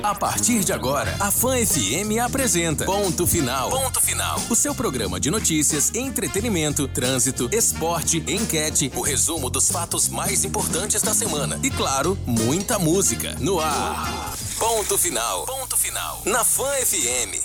A partir de agora, a Fã FM apresenta Ponto Final. Ponto Final. O seu programa de notícias, entretenimento, trânsito, esporte, enquete, o resumo dos fatos mais importantes da semana. E claro, muita música. No ar. Ponto Final. Ponto Final. Na Fã FM.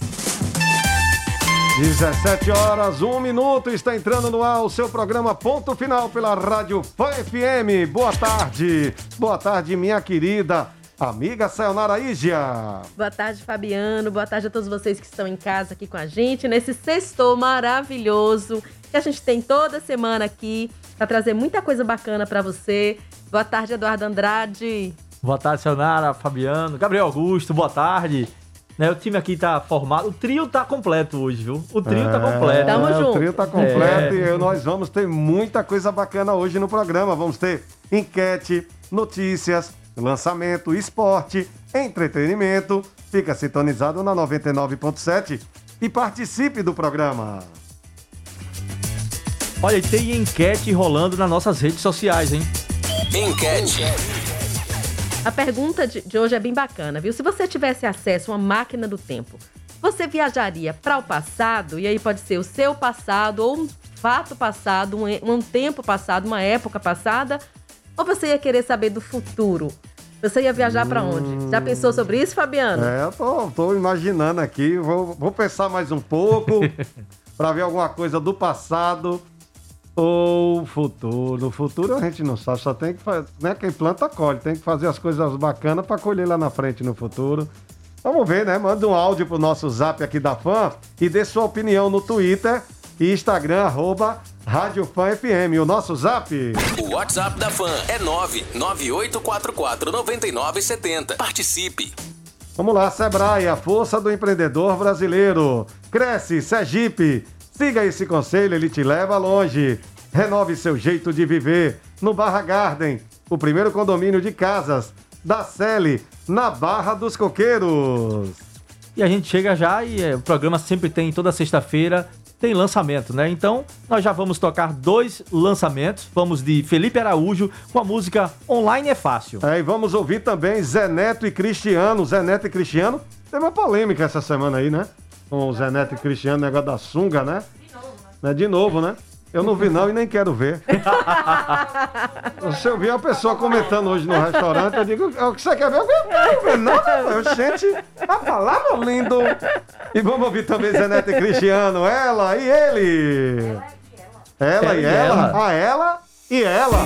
17 horas, 1 minuto, está entrando no ar o seu programa Ponto Final pela Rádio Fã FM. Boa tarde, minha querida amiga Sayonara Ígia. Boa tarde, Fabiano, boa tarde a todos vocês que estão em casa aqui com a gente, nesse sextou maravilhoso que a gente tem toda semana aqui, para trazer muita coisa bacana para você. Boa tarde, Eduardo Andrade. Boa tarde, Sayonara, Fabiano, Gabriel Augusto, boa tarde. O time aqui tá formado, o trio tá completo hoje, viu? O trio tá completo. Tamo junto. O trio tá completo e nós vamos ter muita coisa bacana hoje no programa. Vamos ter enquete, notícias, lançamento, esporte, entretenimento. Fica sintonizado na 99.7 e participe do programa. Olha, tem enquete rolando nas nossas redes sociais, hein? Enquete. A pergunta de hoje é bem bacana, viu? Se você tivesse acesso a uma máquina do tempo, você viajaria para o passado? E aí pode ser o seu passado, ou um fato passado, um tempo passado, uma época passada? Ou você ia querer saber do futuro? Você ia viajar para onde? Já pensou sobre isso, Fabiano? Eu tô imaginando aqui. Vou pensar mais um pouco para ver alguma coisa do passado ou futuro. O futuro a gente não sabe, só tem que fazer, né? Quem planta, colhe. Tem que fazer as coisas bacanas para colher lá na frente no futuro. Vamos ver, né? Manda um áudio pro nosso zap aqui da Fã e dê sua opinião no Twitter e Instagram, Rádio Fã FM. O nosso zap? O WhatsApp da Fã é 998449970. Participe. Vamos lá, Sebrae, a força do empreendedor brasileiro. Cresce, Sergipe. Siga esse conselho, ele te leva longe. Renove seu jeito de viver no Barra Garden, o primeiro condomínio de casas da Celi, na Barra dos Coqueiros. E a gente chega já e o programa sempre tem, toda sexta-feira, tem lançamento, né? Então, nós já vamos tocar 2 lançamentos. Vamos de Felipe Araújo com a música Online é Fácil. E vamos ouvir também Zé Neto e Cristiano. Zé Neto e Cristiano, teve uma polêmica essa semana aí, né? Com o Zé Neto e Cristiano, negócio da sunga, né? De novo, né? Eu não vi não e nem quero ver. Se eu vi uma pessoa comentando hoje no restaurante, eu digo, o que você quer ver? Eu quero ver, não. Gente, a palavra lindo. E vamos ouvir também Zé Neto e Cristiano, ela e ele. Ela e ela. Ela e ela.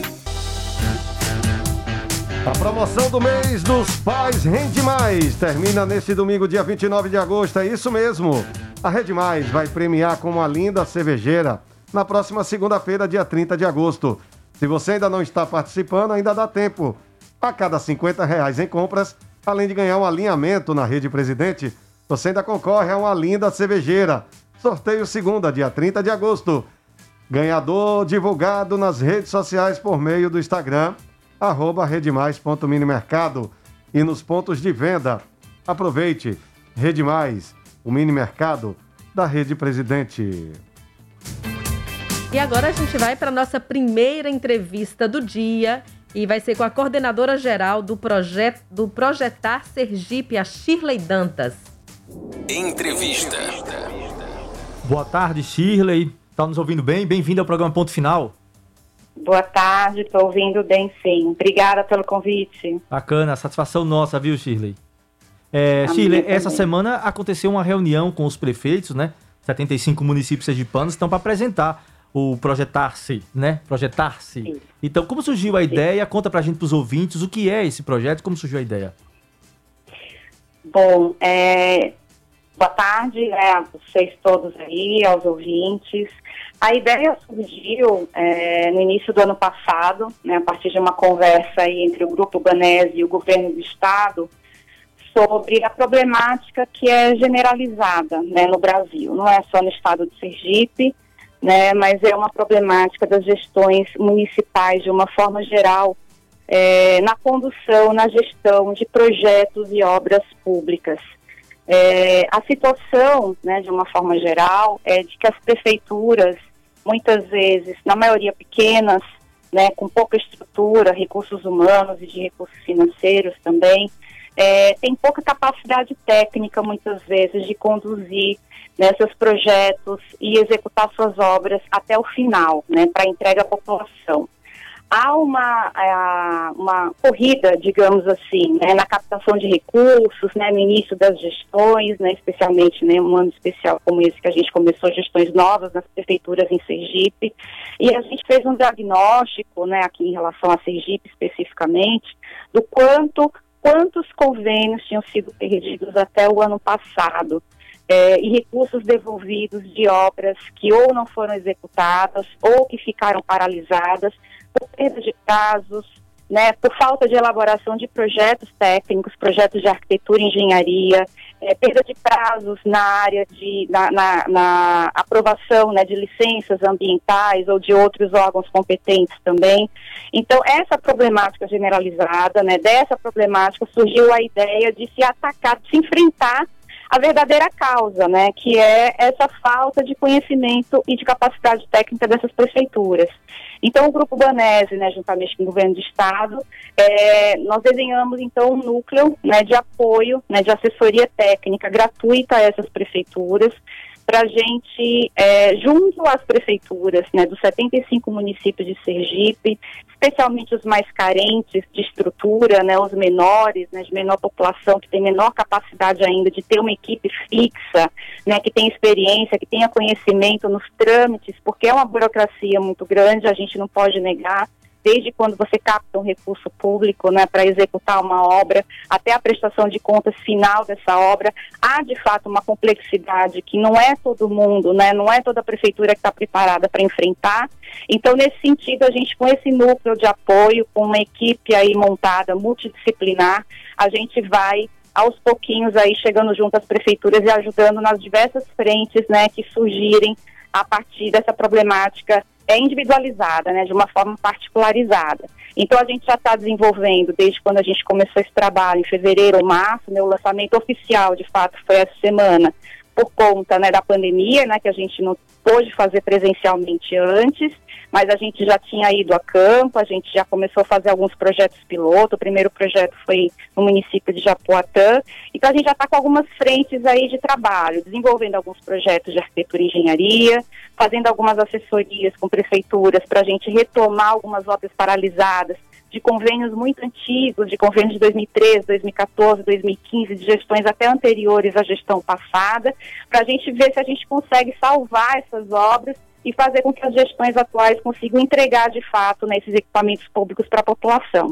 A promoção do mês dos pais Rende Mais termina neste domingo, dia 29 de agosto. É isso mesmo. A Rede Mais vai premiar com uma linda cervejeira na próxima segunda-feira, dia 30 de agosto. Se você ainda não está participando, ainda dá tempo. A cada R$50 em compras, além de ganhar um alinhamento na Rede Presidente, você ainda concorre a uma linda cervejeira. Sorteio segunda, dia 30 de agosto. Ganhador divulgado nas redes sociais por meio do Instagram, @redemais.minimercado e nos pontos de venda. Aproveite, Rede Mais, o mini mercado da Rede Presidente. E agora a gente vai para a nossa primeira entrevista do dia e vai ser com a coordenadora geral do Projetar Sergipe, a Shirley Dantas. Entrevista. Boa tarde, Shirley. Tá nos ouvindo bem? Bem-vindo ao programa Ponto Final. Boa tarde, estou ouvindo bem, sim. Obrigada pelo convite. Bacana, satisfação nossa, viu, Shirley? Shirley, essa semana aconteceu uma reunião com os prefeitos, né? 75 municípios sergipanos estão para apresentar o Projetar-se, né? Projetar-se. Sim. Então, como surgiu a ideia? Conta pra gente, pros ouvintes, o que é esse projeto, como surgiu a ideia? Bom, boa tarde a vocês todos aí, aos ouvintes. A ideia surgiu no início do ano passado, né, a partir de uma conversa aí entre o Grupo Banese e o Governo do Estado, sobre a problemática que é generalizada, né, no Brasil. Não é só no estado de Sergipe, né, mas é uma problemática das gestões municipais de uma forma geral, na condução, na gestão de projetos e obras públicas. A situação, né, de uma forma geral, é de que as prefeituras, muitas vezes, na maioria pequenas, né, com pouca estrutura, recursos humanos e de recursos financeiros também, tem pouca capacidade técnica, muitas vezes, de conduzir, né, seus projetos e executar suas obras até o final, né, para entrega à população. Há uma corrida, digamos assim, né, na captação de recursos, né, no início das gestões, né, especialmente, né, um ano especial como esse que a gente começou gestões novas nas prefeituras em Sergipe, e a gente fez um diagnóstico, né, aqui em relação a Sergipe especificamente, do quantos convênios tinham sido perdidos até o ano passado. E recursos devolvidos de obras que ou não foram executadas ou que ficaram paralisadas por perda de prazos, né, por falta de elaboração de projetos técnicos, projetos de arquitetura e engenharia, perda de prazos na área na aprovação, né, de licenças ambientais ou de outros órgãos competentes também. Então, essa problemática generalizada, né, dessa problemática surgiu a ideia de se atacar, de se enfrentar a verdadeira causa, né, que é essa falta de conhecimento e de capacidade técnica dessas prefeituras. Então, o Grupo Banese, né, juntamente com o Governo do Estado, nós desenhamos, então, um núcleo, né, de apoio, né, de assessoria técnica gratuita a essas prefeituras, para a gente, junto às prefeituras, né, dos 75 municípios de Sergipe, especialmente os mais carentes de estrutura, né, os menores, né, de menor população, que tem menor capacidade ainda de ter uma equipe fixa, né, que tem experiência, que tenha conhecimento nos trâmites, porque é uma burocracia muito grande, a gente não pode negar. Desde quando você capta um recurso público, né, para executar uma obra, até a prestação de contas final dessa obra, há de fato uma complexidade que não é todo mundo, né, não é toda a prefeitura que está preparada para enfrentar. Então, nesse sentido, a gente, com esse núcleo de apoio, com uma equipe aí montada, multidisciplinar, a gente vai aos pouquinhos aí chegando junto às prefeituras e ajudando nas diversas frentes, né, que surgirem a partir dessa problemática individualizada, né, de uma forma particularizada. Então, a gente já está desenvolvendo, desde quando a gente começou esse trabalho, em fevereiro ou março, né, o lançamento oficial, de fato, foi essa semana, por conta, né, da pandemia, né, que a gente não pôde fazer presencialmente antes, mas a gente já tinha ido a campo, a gente já começou a fazer alguns projetos piloto. O primeiro projeto foi no município de Japoatã. Então, a gente já está com algumas frentes aí de trabalho, desenvolvendo alguns projetos de arquitetura e engenharia, fazendo algumas assessorias com prefeituras para a gente retomar algumas obras paralisadas, de convênios muito antigos, de convênios de 2013, 2014, 2015, de gestões até anteriores à gestão passada, para a gente ver se a gente consegue salvar essas obras e fazer com que as gestões atuais consigam entregar, de fato, né, esses equipamentos públicos para a população.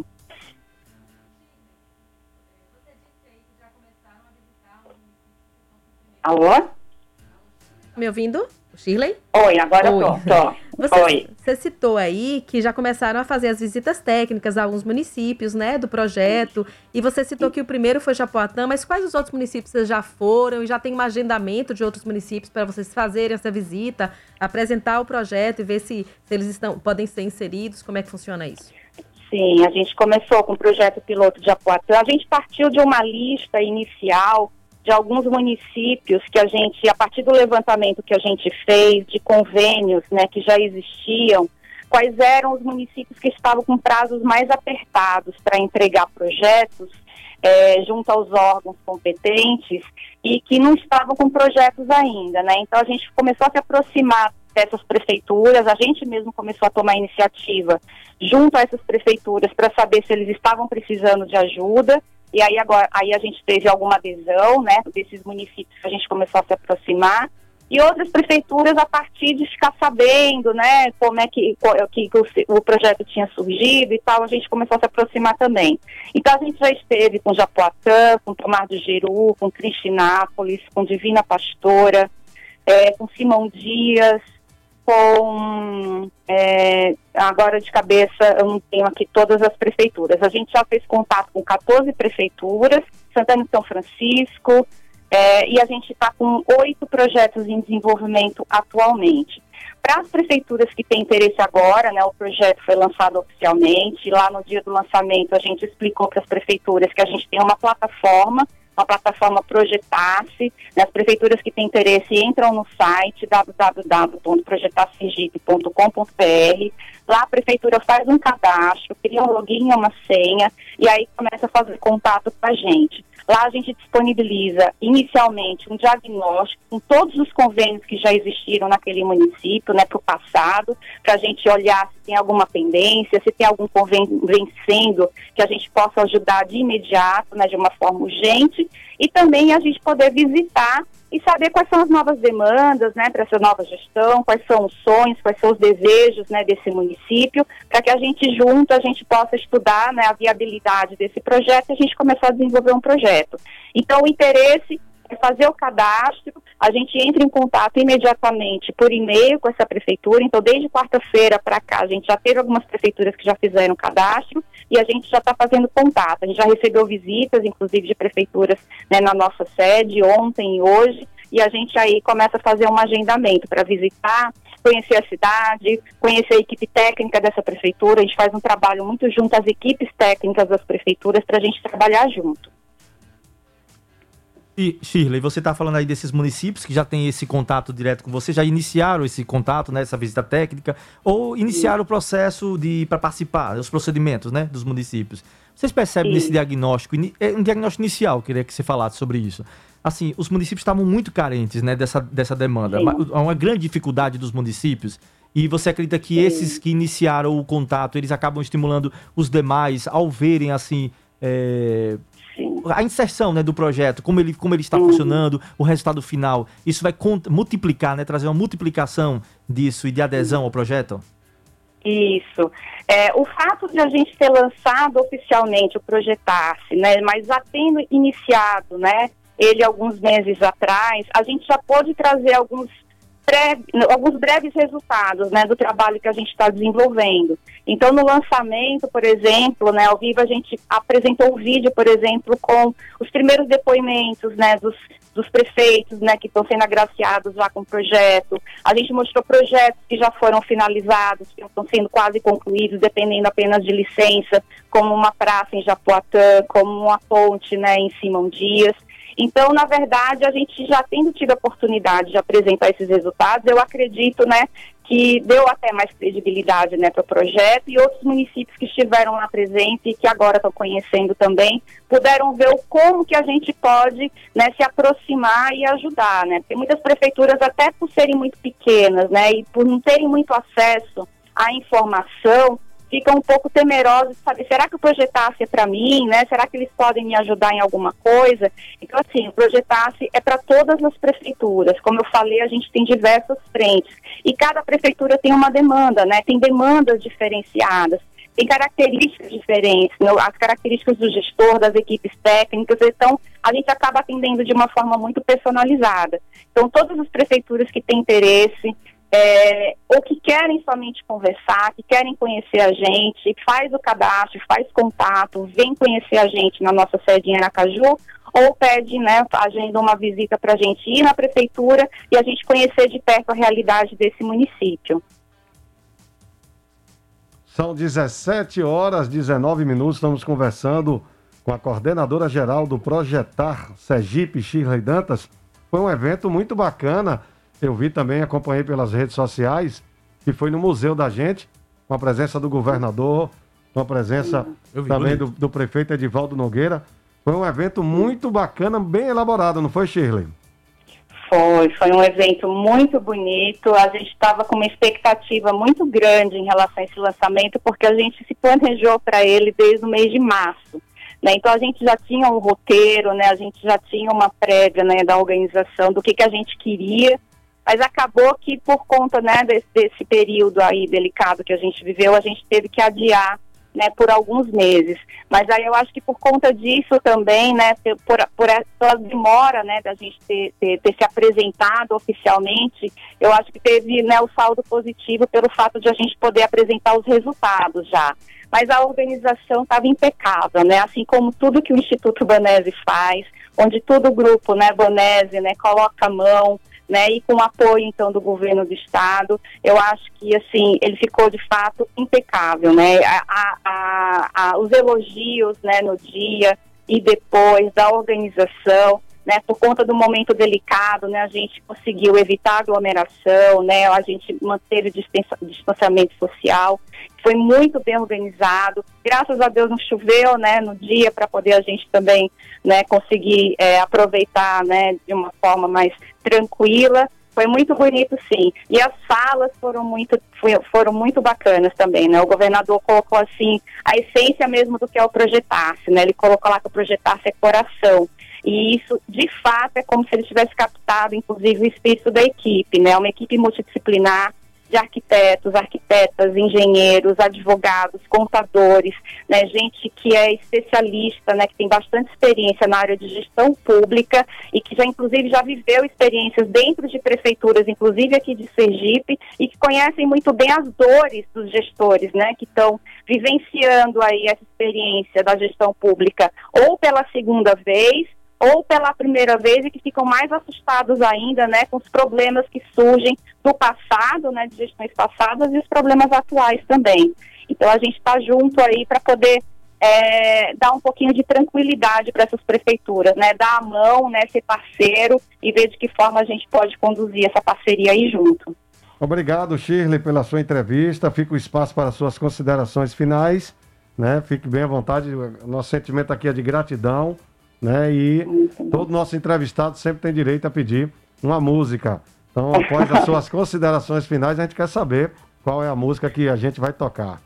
Alô? Me ouvindo? Shirley? Oi, agora tô. Você citou aí que já começaram a fazer as visitas técnicas a alguns municípios, né, do projeto, e você citou que o primeiro foi Japoatã, mas quais os outros municípios vocês já foram e já tem um agendamento de outros municípios para vocês fazerem essa visita, apresentar o projeto e ver se eles podem ser inseridos? Como é que funciona isso? Sim, a gente começou com o projeto piloto de Japoatã. A gente partiu de uma lista inicial de alguns municípios que a gente, a partir do levantamento que a gente fez, de convênios, né, que já existiam, quais eram os municípios que estavam com prazos mais apertados para entregar projetos junto aos órgãos competentes e que não estavam com projetos ainda, né? Então a gente começou a se aproximar dessas prefeituras, a gente mesmo começou a tomar iniciativa junto a essas prefeituras para saber se eles estavam precisando de ajuda. E aí a gente teve alguma adesão, né, desses municípios que a gente começou a se aproximar, e outras prefeituras a partir de ficar sabendo, né, como é que o projeto tinha surgido e tal, a gente começou a se aproximar também. Então a gente já esteve com Japoatã, com Tomar do Jeru, com Cristinápolis, com Divina Pastora, com Simão Dias, com, agora de cabeça, eu não tenho aqui todas as prefeituras. A gente já fez contato com 14 prefeituras, Santana e São Francisco, e a gente está com 8 projetos em desenvolvimento atualmente. Para as prefeituras que têm interesse agora, né, o projeto foi lançado oficialmente. Lá no dia do lançamento a gente explicou para as prefeituras que a gente tem uma plataforma com a plataforma Projetar-se. As prefeituras que têm interesse entram no site www.projetarsergipe.com.br. Lá a prefeitura faz um cadastro, cria um login e uma senha e aí começa a fazer contato com a gente. Lá a gente disponibiliza inicialmente um diagnóstico com todos os convênios que já existiram naquele município, né, para o passado, para a gente olhar se tem alguma pendência, se tem algum convênio vencendo, que a gente possa ajudar de imediato, né, de uma forma urgente, e também a gente poder visitar e saber quais são as novas demandas, né, para essa nova gestão, quais são os sonhos, quais são os desejos, né, desse município, para que a gente possa estudar, né, a viabilidade desse projeto e a gente começar a desenvolver um projeto. Então, o interesse é fazer o cadastro, a gente entra em contato imediatamente por e-mail com essa prefeitura. Então, desde quarta-feira para cá, a gente já teve algumas prefeituras que já fizeram cadastro e a gente já está fazendo contato. A gente já recebeu visitas, inclusive de prefeituras, né, na nossa sede, ontem e hoje, e a gente aí começa a fazer um agendamento para visitar, conhecer a cidade, conhecer a equipe técnica dessa prefeitura. A gente faz um trabalho muito junto às equipes técnicas das prefeituras para a gente trabalhar junto. E, Shirley, você está falando aí desses municípios que já têm esse contato direto com você, já iniciaram esse contato, né, essa visita técnica, ou iniciaram o processo para participar, os procedimentos, né, dos municípios. Vocês percebem nesse diagnóstico, um diagnóstico inicial, queria que você falasse sobre isso. Assim, os municípios estavam muito carentes, né, dessa demanda. Há uma grande dificuldade dos municípios. E você acredita que esses que iniciaram o contato, eles acabam estimulando os demais ao verem, assim, a inserção, né, do projeto, como ele está funcionando, o resultado final. Isso vai multiplicar, né, trazer uma multiplicação disso e de adesão ao projeto? Isso. O fato de a gente ter lançado oficialmente o Projetar-se, né, mas já tendo iniciado, né, ele alguns meses atrás, a gente já pôde trazer alguns breves resultados, né, do trabalho que a gente está desenvolvendo. Então, no lançamento, por exemplo, né, ao vivo a gente apresentou um vídeo, por exemplo, com os primeiros depoimentos, né, dos prefeitos, né, que estão sendo agraciados lá com o projeto. A gente mostrou projetos que já foram finalizados, que estão sendo quase concluídos, dependendo apenas de licença, como uma praça em Japoatã, como uma ponte, né, em Simão Dias. Então, na verdade, a gente já tendo tido a oportunidade de apresentar esses resultados, eu acredito, né, que deu até mais credibilidade, né, para o projeto, e outros municípios que estiveram lá presentes e que agora estão conhecendo também, puderam ver como que a gente pode, né, se aproximar e ajudar, né, porque muitas prefeituras, até por serem muito pequenas, né, e por não terem muito acesso à informação, ficam um pouco temerosos de saber, será que o Projetar-se é para mim, né? Será que eles podem me ajudar em alguma coisa? Então, assim, o Projetar-se é para todas as prefeituras. Como eu falei, a gente tem diversas frentes. E cada prefeitura tem uma demanda, né? Tem demandas diferenciadas, tem características diferentes, né? As características do gestor, das equipes técnicas. Então, a gente acaba atendendo de uma forma muito personalizada. Então, todas as prefeituras que têm interesse, ou que querem somente conversar, que querem conhecer a gente, faz o cadastro, faz contato, vem conhecer a gente na nossa sede em Aracaju, ou pede, né, agenda uma visita para a gente ir na prefeitura e a gente conhecer de perto a realidade desse município. São 17h19, estamos conversando com a coordenadora geral do Projetar Sergipe, Shirley Dantas. Foi um evento muito bacana. Eu vi também, acompanhei pelas redes sociais, que foi no museu da gente, com a presença do governador, com a presença também do prefeito Edivaldo Nogueira. Foi um evento muito bacana, bem elaborado, não foi, Shirley? Foi um evento muito bonito. A gente estava com uma expectativa muito grande em relação a esse lançamento, porque a gente se planejou para ele desde o mês de março. Né? Então a gente já tinha um roteiro, né? A gente já tinha uma prévia, né, da organização, do que a gente queria. Mas acabou que por conta, né, desse período aí delicado que a gente viveu, a gente teve que adiar, né, por alguns meses. Mas aí eu acho que por conta disso também, né, pela demora, né, da gente ter se apresentado oficialmente, eu acho que teve, né, o saldo positivo pelo fato de a gente poder apresentar os resultados já. Mas a organização estava impecável, né, assim como tudo que o Instituto Banese faz, onde todo o grupo, né, Banese, né, coloca a mão, né, e com o apoio, então, do governo do estado, eu acho que, assim, ele ficou, de fato, impecável, né, os elogios, né, no dia, e depois, da organização, né, por conta do momento delicado, né, a gente conseguiu evitar aglomeração, né, a gente manteve o distanciamento social, foi muito bem organizado, graças a Deus não choveu, né, no dia, para poder a gente também, né, conseguir aproveitar, né, de uma forma mais tranquila. Foi muito bonito, sim. E as falas foram muito bacanas também, né? O governador colocou, assim, a essência mesmo do que é o Projetar-se, né? Ele colocou lá que o Projetar-se é coração. E isso, de fato, é como se ele tivesse captado, inclusive, o espírito da equipe, né? Uma equipe multidisciplinar de arquitetos, arquitetas, engenheiros, advogados, contadores, né, gente que é especialista, né, que tem bastante experiência na área de gestão pública e que já, inclusive, já viveu experiências dentro de prefeituras, inclusive aqui de Sergipe, e que conhecem muito bem as dores dos gestores, né, que estão vivenciando aí essa experiência da gestão pública, ou pela segunda vez, ou pela primeira vez, e que ficam mais assustados ainda, né, com os problemas que surgem do passado, né, de gestões passadas, e os problemas atuais também. Então a gente está junto aí para poder dar um pouquinho de tranquilidade para essas prefeituras, né, dar a mão, né, ser parceiro e ver de que forma a gente pode conduzir essa parceria aí junto. Obrigado, Shirley, pela sua entrevista. Fica o espaço para suas considerações finais, né? Fique bem à vontade. O nosso sentimento aqui é de gratidão, né? E todo nosso entrevistado sempre tem direito a pedir uma música. Então, após as suas considerações finais, a gente quer saber qual é a música que a gente vai tocar.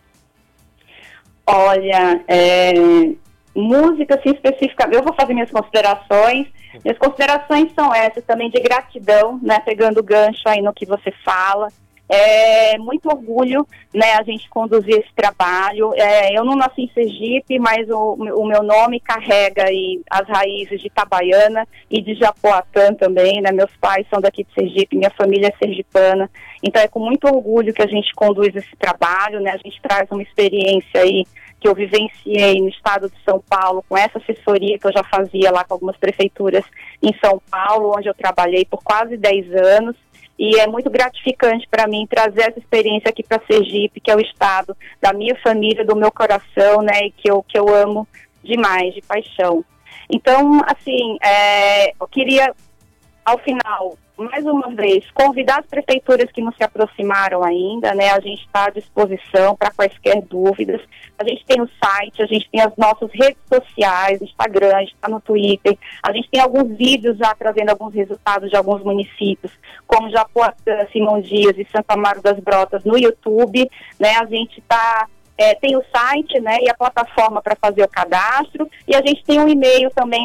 Olha, música assim específica, eu vou fazer minhas considerações. Minhas considerações são essas também de gratidão, né? Pegando o gancho aí no que você fala. Muito orgulho, né, a gente conduzir esse trabalho. Eu não nasci em Sergipe, mas o meu nome carrega aí as raízes de Itabaiana e de Japoatã também, né? Meus pais são daqui de Sergipe, minha família é sergipana. Então é com muito orgulho que a gente conduz esse trabalho, né? A gente traz uma experiência aí que eu vivenciei no estado de São Paulo, com essa assessoria que eu já fazia lá com algumas prefeituras em São Paulo, onde eu trabalhei por quase 10 anos. E é muito gratificante para mim trazer essa experiência aqui para Sergipe, que é o estado da minha família, do meu coração, né, e que eu amo demais, de paixão. Então, assim, eu queria, ao final, mais uma vez, convidar as prefeituras que não se aproximaram ainda, né, a gente está à disposição para quaisquer dúvidas. A gente tem o site, a gente tem as nossas redes sociais, Instagram, a gente está no Twitter, a gente tem alguns vídeos já trazendo alguns resultados de alguns municípios, como Japoatã, Simão Dias e Santo Amaro das Brotas no YouTube, né, a gente tem o site, né, e a plataforma para fazer o cadastro, e a gente tem um e-mail também,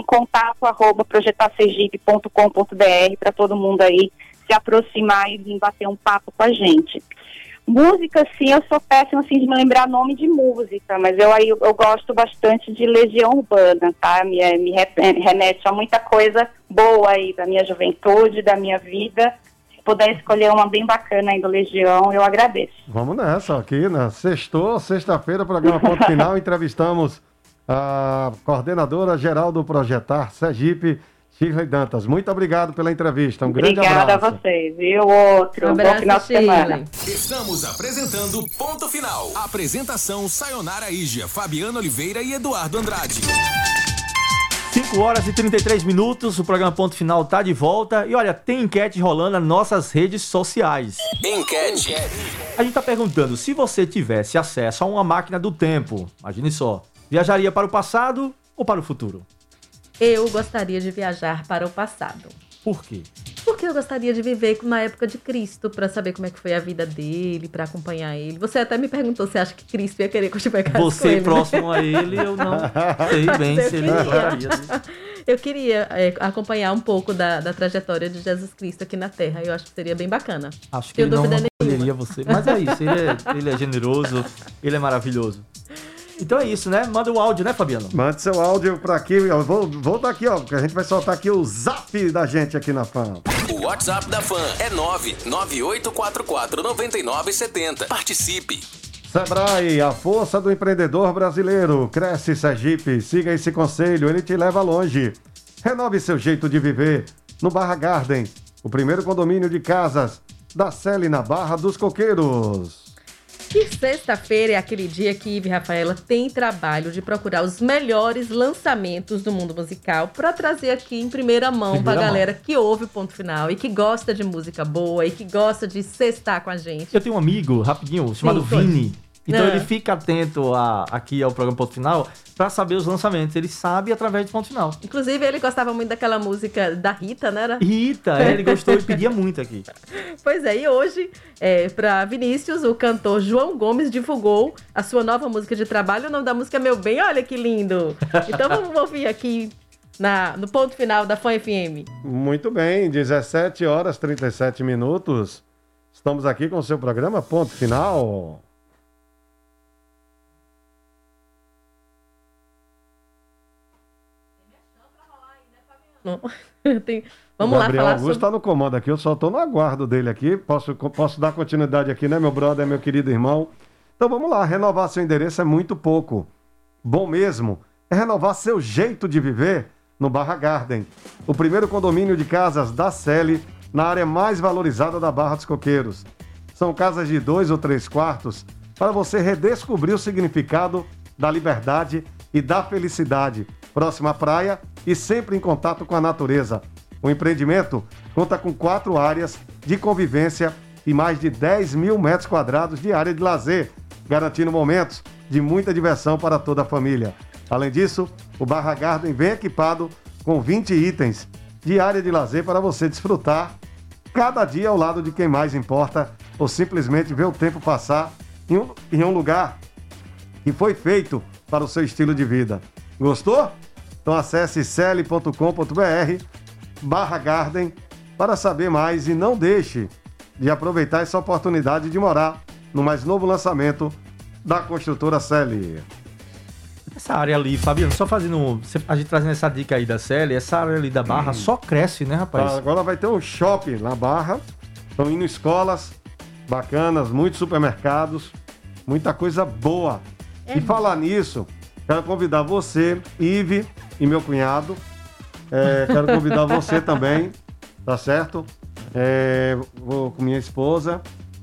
contato@projetarsergipe.com.br, para todo mundo aí se aproximar e vir bater um papo com a gente. Música, sim, eu sou péssima assim, de me lembrar nome de música, mas eu gosto bastante de Legião Urbana, tá? Me remete a muita coisa boa aí da minha juventude, da minha vida. Se puder escolher uma bem bacana aí do Legião, eu agradeço. Vamos nessa aqui, né? Sexta-feira, programa Ponto Final, entrevistamos a coordenadora geral do Projetar Sergipe, Shirley Dantas. Muito obrigado pela entrevista. Um grande abraço. Obrigada a vocês. E o outro. Abraço, bom final de semana. Estamos apresentando Ponto Final. Apresentação Sayonara Igia, Fabiano Oliveira e Eduardo Andrade. 5 horas e 33 minutos, o programa Ponto Final tá de volta. E olha, tem enquete rolando nas nossas redes sociais. Enquete. A gente tá perguntando, se você tivesse acesso a uma máquina do tempo, imagine só, viajaria para o passado ou para o futuro? Eu gostaria de viajar para o passado. Por quê? Porque eu gostaria de viver na época de Cristo, para saber como é que foi a vida dele, para acompanhar ele. Você até me perguntou se acha que Cristo ia querer que eu tivesse com ele. Você próximo a ele, eu não sei bem se ele gostaria. Eu queria acompanhar um pouco da trajetória de Jesus Cristo aqui na Terra. Eu acho que seria bem bacana. Acho que ele não acolheria você. Mas é isso, ele é generoso, ele é maravilhoso. Então é isso, né? Manda o áudio, né, Fabiano? Mande seu áudio pra aqui. Eu vou dar aqui, ó, porque a gente vai soltar aqui o zap da gente aqui na FAM. O WhatsApp da FAM é 998449970. Participe. Sebrae, a força do empreendedor brasileiro. Cresce Sergipe, siga esse conselho, ele te leva longe. Renove seu jeito de viver no Barra Garden, o primeiro condomínio de casas da Sele na Barra dos Coqueiros. E sexta-feira é aquele dia que Ive e Rafaela tem trabalho de procurar os melhores lançamentos do mundo musical para trazer aqui em primeira mão pra galera que ouve o Ponto Final e que gosta de música boa e que gosta de sextar com a gente. Eu tenho um amigo, rapidinho, chamado Vini. Então ele fica atento aqui ao programa Ponto Final pra saber os lançamentos. Ele sabe através do Ponto Final. Inclusive, ele gostava muito daquela música da Rita, né? Rita, ele gostou e pedia muito aqui. Pois é, e hoje, pra Vinícius, o cantor João Gomes divulgou a sua nova música de trabalho. O nome da música é Meu Bem, olha que lindo! Então vamos ouvir aqui no Ponto Final da Fã FM. Muito bem, 17 horas 37 minutos. Estamos aqui com o seu programa Ponto Final. Vamos lá, Gabriel falar Augusto está no comando aqui, eu só estou no aguardo dele aqui. Posso dar continuidade aqui, né, meu brother, meu querido irmão? Então vamos lá, renovar seu endereço é muito pouco. Bom mesmo é renovar seu jeito de viver no Barra Garden, o primeiro condomínio de casas da Sele na área mais valorizada da Barra dos Coqueiros. São casas de 2 ou 3 quartos para você redescobrir o significado da liberdade e da felicidade, próximo à praia e sempre em contato com a natureza. O empreendimento conta com 4 áreas de convivência e mais de 10 mil metros quadrados de área de lazer, garantindo momentos de muita diversão para toda a família. Além disso, o Barra Garden vem equipado com 20 itens de área de lazer para você desfrutar cada dia ao lado de quem mais importa ou simplesmente ver o tempo passar em um lugar que foi feito para o seu estilo de vida. Gostou? Então acesse sele.com.br/Barra Garden para saber mais e não deixe de aproveitar essa oportunidade de morar no mais novo lançamento da construtora Sele. Essa área ali, Fabiano, só fazendo, a gente trazendo essa dica aí da Sele, essa área ali da Barra só cresce, né, rapaz? Agora vai ter um shopping na Barra, estão indo escolas bacanas, muitos supermercados, muita coisa boa. E falar nisso, quero convidar você, Ive e meu cunhado, quero convidar você também, tá certo? Vou com minha esposa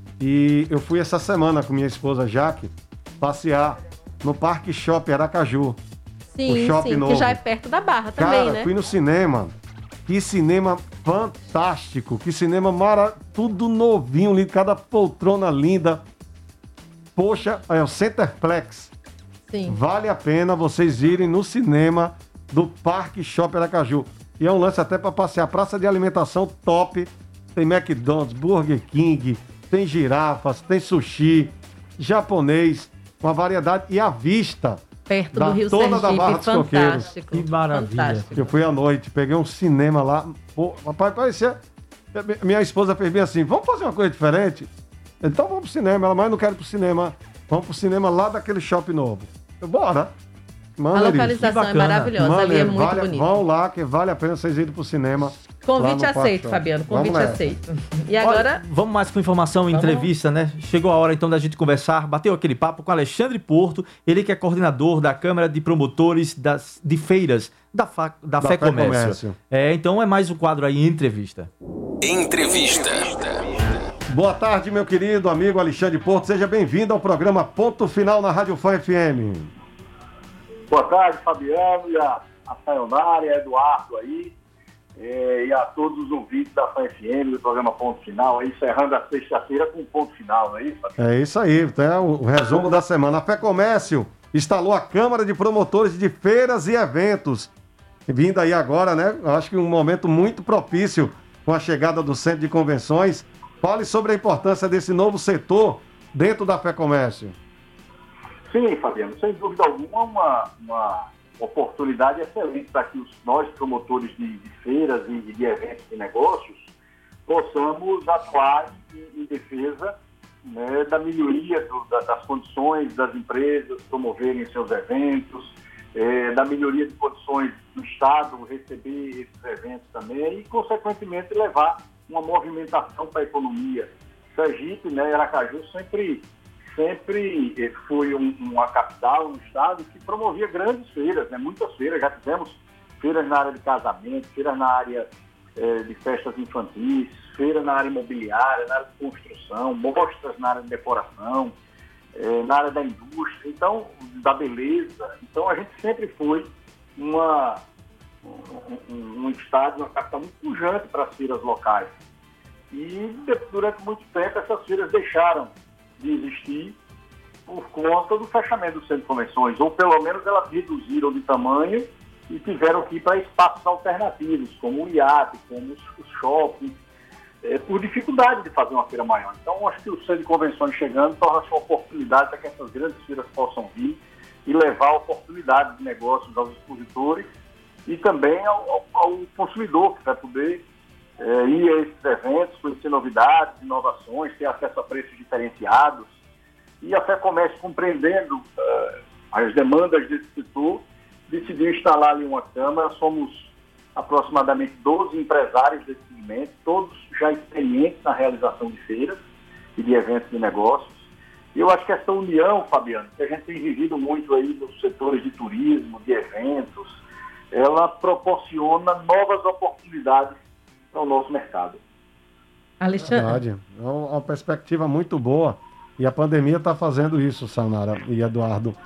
e eu fui essa semana com minha esposa Jaque passear no Parque Shopping Aracaju. Sim, novo. Que já é perto da Barra também, Cara, né? fui no cinema. Que cinema fantástico, que cinema tudo novinho, lindo, cada poltrona linda. Poxa, é o Centerplex. Sim. Vale a pena vocês irem no cinema do Parque Shopping Aracaju. E é um lance até para passear. Praça de alimentação top. Tem McDonald's, Burger King, tem girafas, tem sushi, japonês, uma variedade. E a vista perto do Rio toda da Barra Sergipe, dos Coqueiros. fantástico. Que maravilha. Fantástico. Eu fui à noite, peguei um cinema lá. Pô, rapaz, parecia... Minha esposa fez bem assim, vamos fazer uma coisa diferente? Então vamos pro cinema. Ela, mas não quero ir pro cinema. Vamos pro cinema lá daquele shopping novo. Eu, bora. A localização é maravilhosa, ali é muito bonito. Vão lá, que vale a pena vocês irem pro cinema. Convite aceito, Fabiano, convite aceito. E agora... Olha, vamos mais com informação e entrevista, né? Chegou a hora então da gente conversar, bateu aquele papo com Alexandre Porto, ele que é coordenador da Câmara de Promotores de Feiras da Fé Comércio. Então é mais um quadro aí, entrevista. Entrevista. Boa tarde, meu querido amigo Alexandre Porto, seja bem-vindo ao programa Ponto Final na Rádio Fã FM. Boa tarde, Fabiano, e a Sayonara, Eduardo aí, e a todos os ouvintes da Fã FM, do programa Ponto Final, aí, encerrando a sexta-feira com um ponto final, não é isso, Fabiano? É isso aí, o resumo da semana. A Fé Comércio instalou a Câmara de Promotores de Feiras e Eventos. Vindo aí agora, né? Eu acho que um momento muito propício com a chegada do Centro de Convenções. Fale sobre a importância desse novo setor dentro da Fé Comércio. Sim, Fabiano, sem dúvida alguma, uma oportunidade excelente para que nós, promotores de feiras e de eventos de negócios, possamos atuar em defesa, né, da melhoria das condições das empresas promoverem seus eventos, da melhoria de condições do Estado receber esses eventos também e, consequentemente, levar uma movimentação para a economia. Sergipe, né, Aracaju sempre foi uma capital, um estado que promovia grandes feiras, né? Muitas feiras, já tivemos feiras na área de casamento, feiras na área de festas infantis, feira na área imobiliária, na área de construção, mostras na área de decoração. na área da indústria, então, da beleza. Então, a gente sempre foi um estado, uma capital muito pujante para as feiras locais. E durante muito tempo essas feiras deixaram de existir por conta do fechamento do centro de convenções, ou pelo menos elas reduziram de tamanho e tiveram que ir para espaços alternativos, como o iate, como os shoppings, por dificuldade de fazer uma feira maior. Então, acho que o centro de convenções chegando torna-se uma oportunidade para que essas grandes feiras possam vir e levar oportunidade de negócios aos expositores e também ao consumidor, que vai poder ir a esses eventos, conhecer novidades, inovações, ter acesso a preços diferenciados. E a FEComércio, compreendendo as demandas desse setor, decidiu instalar ali uma câmara. Somos aproximadamente 12 empresários desse segmento, todos já experientes na realização de feiras e de eventos de negócios. E eu acho que essa união, Fabiano, que a gente tem vivido muito aí nos setores de turismo, de eventos, ela proporciona novas oportunidades para o nosso mercado. Alexandre. É uma perspectiva muito boa. E a pandemia está fazendo isso, Sayonara e Eduardo.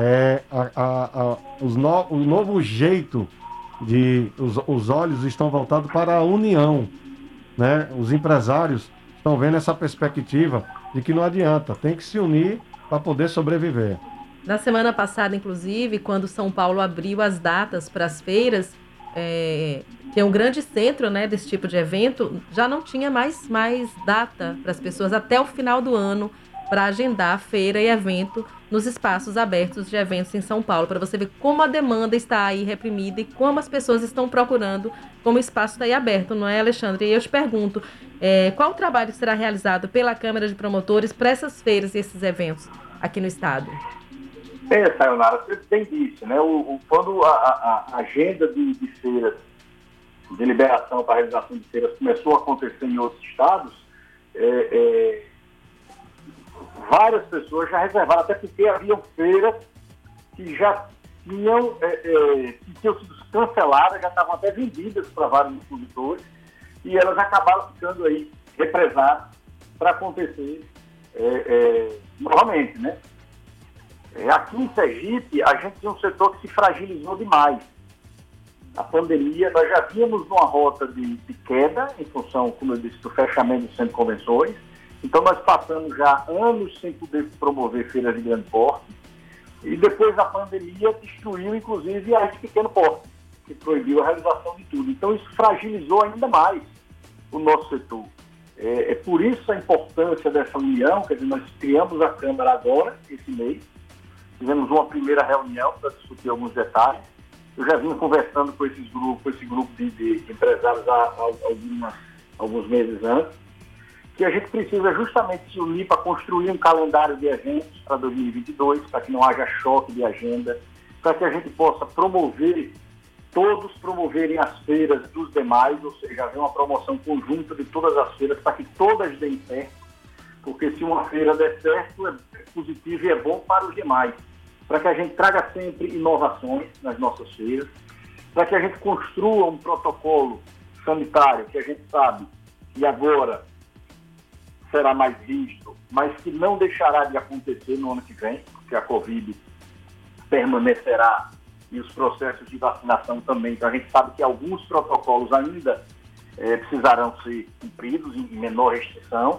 O novo jeito os olhos estão voltados para a união, né? Os empresários estão vendo essa perspectiva de que não adianta, tem que se unir para poder sobreviver. Na semana passada, inclusive, quando São Paulo abriu as datas para as feiras, que é um grande centro, né, desse tipo de evento, já não tinha mais data para as pessoas até o final do ano para agendar feira e evento nos espaços abertos de eventos em São Paulo, para você ver como a demanda está aí reprimida e como as pessoas estão procurando como o espaço está aí aberto, não é, Alexandre? E eu te pergunto, qual o trabalho que será realizado pela Câmara de Promotores para essas feiras e esses eventos aqui no estado? Sayonara, você bem disse, né? Quando a agenda de feiras, de liberação para a realização de feiras começou a acontecer em outros estados, várias pessoas já reservaram, até porque haviam feiras que já tinham sido canceladas, já estavam até vendidas para vários expositores, e elas acabaram ficando aí represadas para acontecer novamente, né? Aqui em Sergipe, a gente tem um setor que se fragilizou demais. A pandemia, nós já vínhamos numa rota de queda, em função, como eu disse, do fechamento do centro de convenções. Então, nós passamos já anos sem poder promover feiras de grande porte. E depois da pandemia, destruiu, inclusive, as de pequeno porte, que proibiu a realização de tudo. Então, isso fragilizou ainda mais o nosso setor. É por isso a importância dessa união, quer dizer, nós criamos a Câmara agora, esse mês. Fizemos uma primeira reunião para discutir alguns detalhes. Eu já vinha conversando com esse grupo de empresários há alguns meses antes, que a gente precisa justamente se unir para construir um calendário de eventos para 2022, para que não haja choque de agenda, para que a gente possa todos promoverem as feiras dos demais, ou seja, haver uma promoção conjunta de todas as feiras, para que todas deem certo, porque se uma feira der certo, é positivo e é bom para os demais, para que a gente traga sempre inovações nas nossas feiras, para que a gente construa um protocolo sanitário que a gente sabe que agora será mais rígido, mas que não deixará de acontecer no ano que vem, porque a Covid permanecerá e os processos de vacinação também. Então a gente sabe que alguns protocolos ainda precisarão ser cumpridos em menor restrição.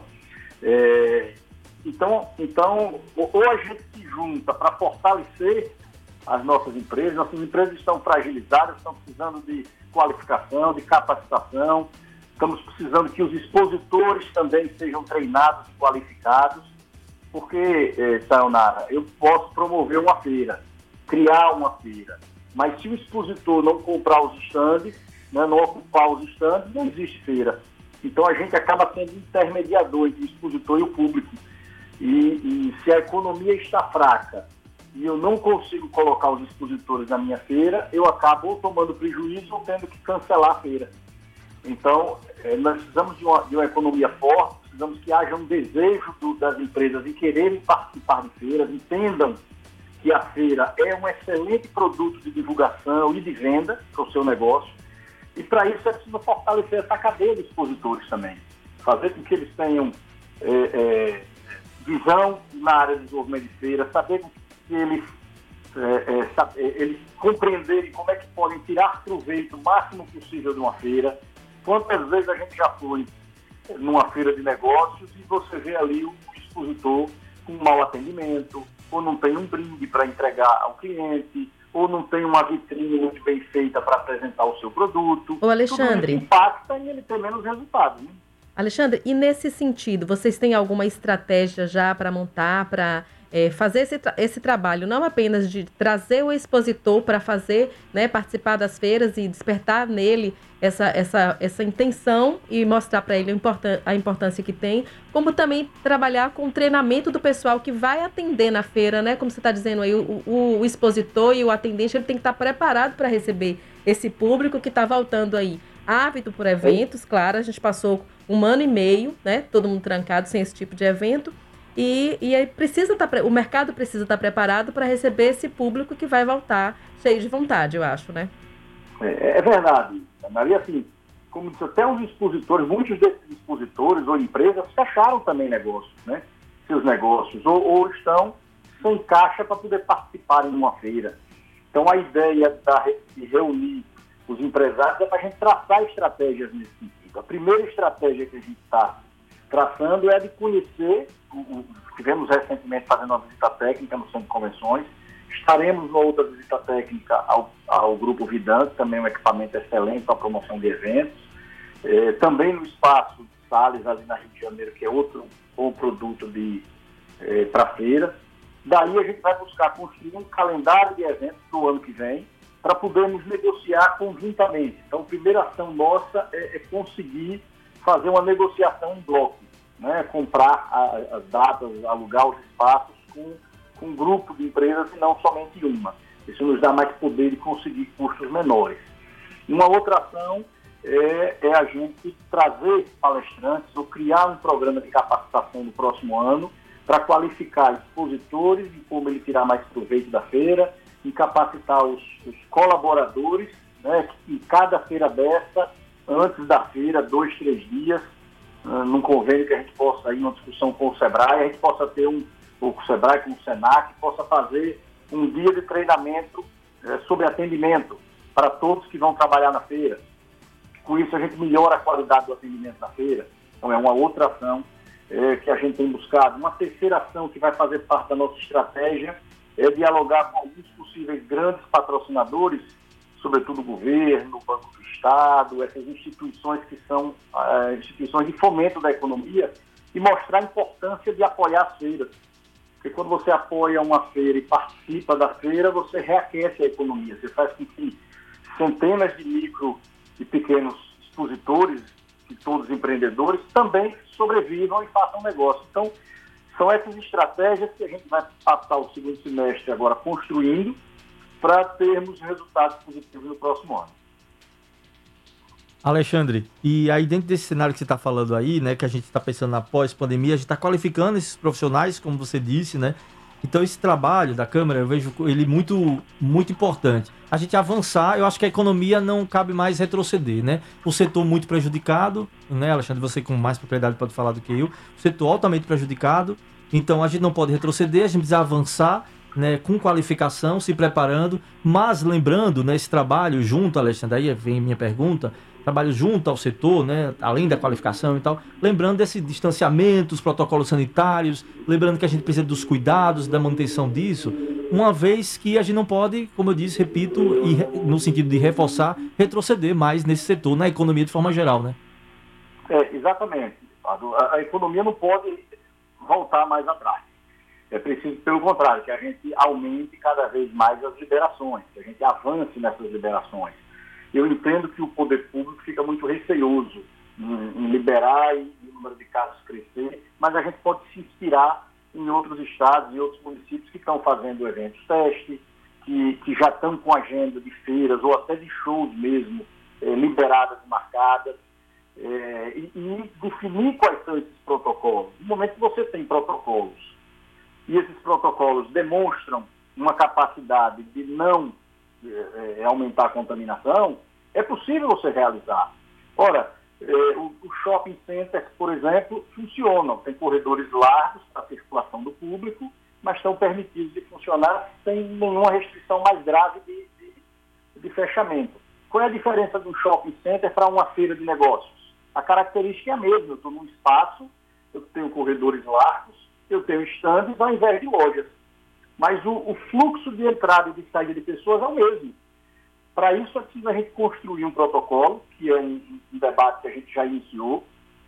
Então, ou a gente se junta para fortalecer as nossas empresas estão fragilizadas, estão precisando de qualificação, de capacitação, estamos precisando que os expositores também sejam treinados e qualificados, porque, Sayonara, eu posso promover uma feira, criar uma feira, mas se o expositor não comprar os estandes, né, não ocupar os estandes, não existe feira. Então a gente acaba sendo intermediador entre o expositor e o público. E se a economia está fraca e eu não consigo colocar os expositores na minha feira, eu acabo ou tomando prejuízo ou tendo que cancelar a feira. Então, nós precisamos de uma economia forte, precisamos que haja um desejo das empresas em quererem participar de feiras, entendam que a feira é um excelente produto de divulgação e de venda para o seu negócio. E para isso é preciso fortalecer essa cadeia de expositores também. Fazer com que eles tenham visão na área de desenvolvimento de feira, saber que eles compreenderem como é que podem tirar proveito o máximo possível de uma feira. Quantas vezes a gente já foi numa feira de negócios e você vê ali o expositor com mau atendimento, ou não tem um brinde para entregar ao cliente, ou não tem uma vitrine muito bem feita para apresentar o seu produto. Ô, Alexandre, tudo isso impacta e ele tem menos resultado, né? Alexandre, e nesse sentido, vocês têm alguma estratégia já para montar, para fazer esse trabalho, não apenas de trazer o expositor para fazer, né, participar das feiras e despertar nele essa intenção e mostrar para ele a importância que tem, como também trabalhar com o treinamento do pessoal que vai atender na feira, né? Como você está dizendo aí, o expositor e o atendente, ele tem que estar preparado para receber esse público que está voltando aí ávido por eventos. Claro, a gente passou 1 ano e meio, né? Todo mundo trancado sem esse tipo de evento. E aí o mercado precisa estar preparado para receber esse público que vai voltar cheio de vontade, eu acho, né? É verdade, Maria. Assim, como disse, até os expositores, muitos desses expositores ou empresas fecharam também negócios, né? Seus negócios, ou estão sem caixa para poder participarem de uma feira. Então, a ideia de reunir os empresários é para a gente traçar estratégias nesse sentido. A primeira estratégia que a gente está traçando é de conhecer, tivemos recentemente fazendo uma visita técnica no Centro de Convenções, estaremos numa outra visita técnica ao Grupo Vidante, também um equipamento excelente para a promoção de eventos, também no espaço de Salles, ali na Rio de Janeiro, que é outro bom produto para a feira. Daí a gente vai buscar construir um calendário de eventos para o ano que vem, para podermos negociar conjuntamente. Então, a primeira ação nossa é conseguir fazer uma negociação em bloco, né? Comprar as datas, alugar os espaços com um grupo de empresas e não somente uma. Isso nos dá mais poder de conseguir custos menores. E uma outra ação é a gente trazer palestrantes ou criar um programa de capacitação no próximo ano para qualificar expositores e como ele tirar mais proveito da feira, e capacitar os colaboradores, né, que cada feira dessa, antes da feira, 2, 3 dias, num convênio que a gente possa ir, uma discussão com o SEBRAE, a gente possa ter ou com o SEBRAE, com o SENAC, possa fazer um dia de treinamento sobre atendimento para todos que vão trabalhar na feira. Com isso a gente melhora a qualidade do atendimento na feira. Então é uma outra ação que a gente tem buscado. Uma terceira ação que vai fazer parte da nossa estratégia é dialogar com alguns possíveis grandes patrocinadores, sobretudo o governo, o Banco do Estado, essas instituições que são instituições de fomento da economia, e mostrar a importância de apoiar as feiras. Porque quando você apoia uma feira e participa da feira, você reaquece a economia. Você faz com que centenas de micro e pequenos expositores, e todos empreendedores, também sobrevivam e façam negócio. Então, são essas estratégias que a gente vai passar o segundo semestre agora construindo para termos resultados positivos no próximo ano. Alexandre, e aí dentro desse cenário que você está falando aí, né, que a gente está pensando na pós-pandemia, a gente está qualificando esses profissionais, como você disse, né? Então esse trabalho da Câmara, eu vejo ele muito, muito importante. A gente avançar, eu acho que a economia não cabe mais retroceder, né? O setor muito prejudicado, né, Alexandre, você com mais propriedade pode falar do que eu, o setor altamente prejudicado, então a gente não pode retroceder, a gente precisa avançar, né, com qualificação, se preparando, mas lembrando, né, esse trabalho junto, Alexandre, aí vem minha pergunta, trabalho junto ao setor, né, além da qualificação e tal, lembrando desse distanciamento, os protocolos sanitários, lembrando que a gente precisa dos cuidados, da manutenção disso, uma vez que a gente não pode, como eu disse, repito, no sentido de reforçar, retroceder mais nesse setor, na economia de forma geral, né? Exatamente. A economia não pode voltar mais atrás. É preciso, pelo contrário, que a gente aumente cada vez mais as liberações, que a gente avance nessas liberações. Eu entendo que o poder público fica muito receoso em liberar e o número de casos crescer, mas a gente pode se inspirar em outros estados e outros municípios que estão fazendo eventos teste, que já estão com agenda de feiras ou até de shows mesmo, liberadas e marcadas, e definir quais são esses protocolos. No momento que você tem protocolos e esses protocolos demonstram uma capacidade de não aumentar a contaminação, é possível você realizar. Ora, os shopping centers, por exemplo, funcionam. Tem corredores largos para circulação do público, mas estão permitidos de funcionar sem nenhuma restrição mais grave de fechamento. Qual é a diferença de um shopping center para uma feira de negócios? A característica é a mesma. Eu estou num espaço, eu tenho corredores largos, eu tenho estandes ao invés de lojas. Mas o fluxo de entrada e de saída de pessoas é o mesmo. Para isso, é preciso a gente construir um protocolo, que é um debate que a gente já iniciou,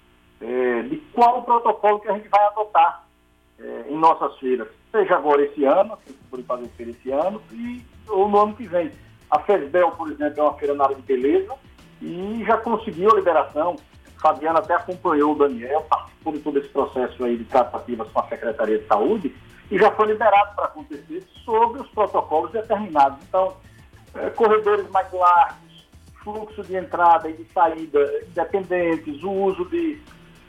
de qual o protocolo que a gente vai adotar em nossas feiras, seja agora esse ano, se for fazer feira esse ano, ou no ano que vem. A FESBEL, por exemplo, é uma feira na área de beleza e já conseguiu a liberação. Fabiana até acompanhou o Daniel, participou de todo esse processo aí de tratativas com a Secretaria de Saúde e já foi liberado para acontecer sobre os protocolos determinados. Então, corredores mais largos, fluxo de entrada e de saída independentes, o uso de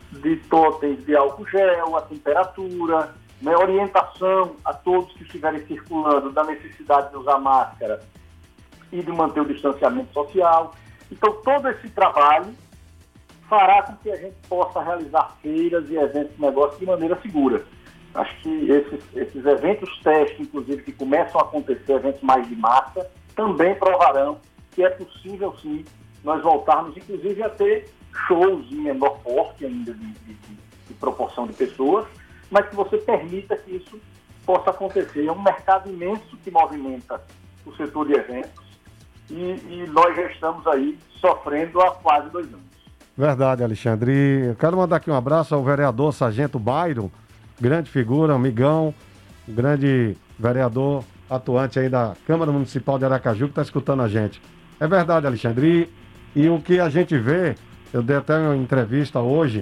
totens de álcool gel, a temperatura, né, orientação a todos que estiverem circulando da necessidade de usar máscara e de manter o distanciamento social. Então, todo esse trabalho fará com que a gente possa realizar feiras e eventos de negócio de maneira segura. Acho que esses eventos teste, inclusive, que começam a acontecer, eventos mais de massa, também provarão que é possível, sim, nós voltarmos, inclusive, a ter shows em menor porte ainda de proporção de pessoas, mas que você permita que isso possa acontecer. É um mercado imenso que movimenta o setor de eventos e nós já estamos aí sofrendo há quase 2 anos. Verdade, Alexandre. E eu quero mandar aqui um abraço ao vereador Sargento Byron, grande figura, amigão, grande vereador atuante aí da Câmara Municipal de Aracaju, que está escutando a gente. É verdade, Alexandre. E o que a gente vê, eu dei até uma entrevista hoje,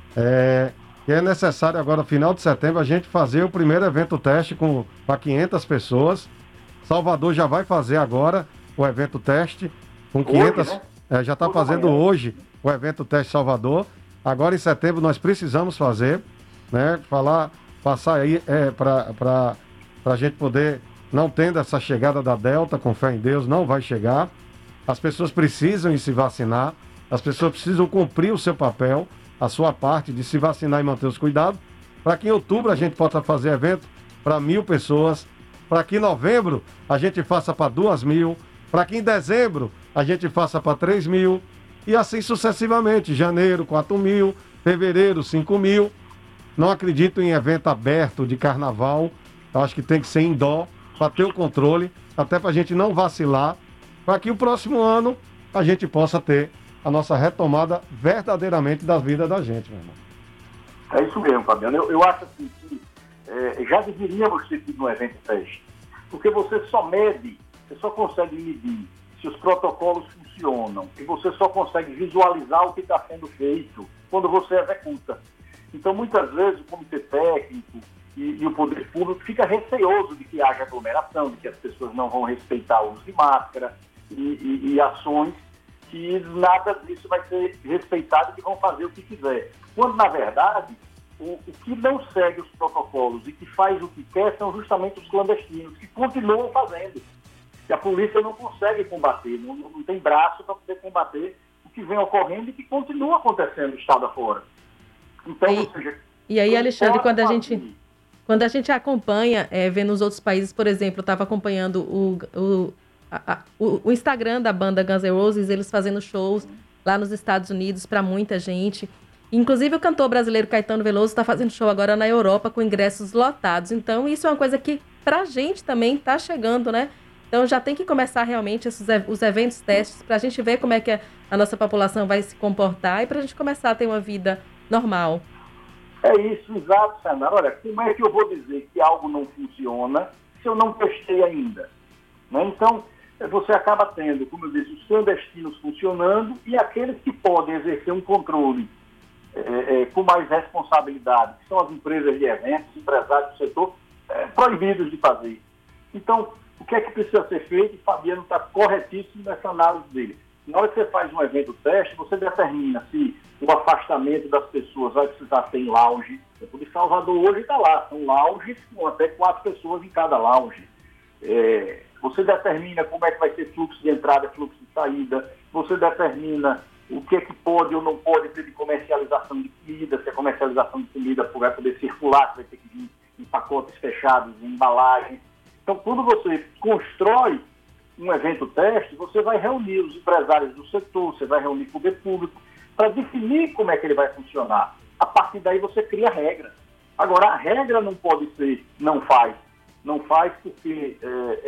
que é necessário agora, final de setembro, a gente fazer o primeiro evento teste para 500 pessoas. Salvador já vai fazer agora o evento teste com 500... Hoje, né? Já está fazendo hoje o evento teste Salvador. Agora em setembro nós precisamos fazer, né? Passar aí para a gente poder, não tendo essa chegada da Delta, com fé em Deus, não vai chegar. As pessoas precisam ir se vacinar, as pessoas precisam cumprir o seu papel, a sua parte de se vacinar e manter os cuidados, para que em outubro a gente possa fazer evento para 1.000 pessoas, para que em novembro a gente faça para 2.000, para que em dezembro a gente faça para 3.000, e assim sucessivamente. Janeiro, 4.000, fevereiro, 5.000. Não acredito em evento aberto de carnaval. Eu acho que tem que ser indoor, para ter o controle, até para a gente não vacilar, para que o próximo ano a gente possa ter a nossa retomada verdadeiramente da vida da gente, meu irmão. É isso mesmo, Fabiano. Eu acho assim que já deveríamos ter tido um evento teste, porque você só consegue medir se os protocolos funcionam, e você só consegue visualizar o que está sendo feito quando você executa. Então, muitas vezes, o comitê técnico e o poder público fica receoso de que haja aglomeração, de que as pessoas não vão respeitar o uso de máscara e ações que nada disso vai ser respeitado e que vão fazer o que quiser. Quando, na verdade, o que não segue os protocolos e que faz o que quer são justamente os clandestinos, que continuam fazendo. E a polícia não consegue combater, não tem braço para poder combater o que vem ocorrendo e que continua acontecendo do estado afora. Então, e aí, Alexandre, quando a gente acompanha, vendo os outros países, por exemplo, eu estava acompanhando o Instagram da banda Guns N' Roses, eles fazendo shows lá nos Estados Unidos para muita gente. Inclusive, o cantor brasileiro Caetano Veloso está fazendo show agora na Europa com ingressos lotados. Então, isso é uma coisa que para a gente também está chegando, né? Então, já tem que começar realmente os eventos testes para a gente ver como é que a nossa população vai se comportar e para a gente começar a ter uma vida normal. É isso, exato, Sandra. Olha, como é que eu vou dizer que algo não funciona se eu não testei ainda? Né? Então, você acaba tendo, como eu disse, os clandestinos funcionando e aqueles que podem exercer um controle com mais responsabilidade, que são as empresas de eventos, empresários do setor, proibidos de fazer. Então, o que é que precisa ser feito? O Fabiano está corretíssimo nessa análise dele. Na hora que você faz um evento teste, você determina se o afastamento das pessoas vai precisar ser em lounge. O de Salvador hoje está lá, são lounges com até 4 pessoas em cada lounge. Você determina como é que vai ser fluxo de entrada, fluxo de saída, você determina o que é que pode ou não pode ter de comercialização de comida, se a comercialização de comida vai poder circular, se vai ter que vir pacotes fechados, em embalagens. Então, quando você constrói um evento teste, você vai reunir os empresários do setor, você vai reunir o poder público, para definir como é que ele vai funcionar. A partir daí você cria regra. Agora, a regra não pode ser não faz. Não faz porque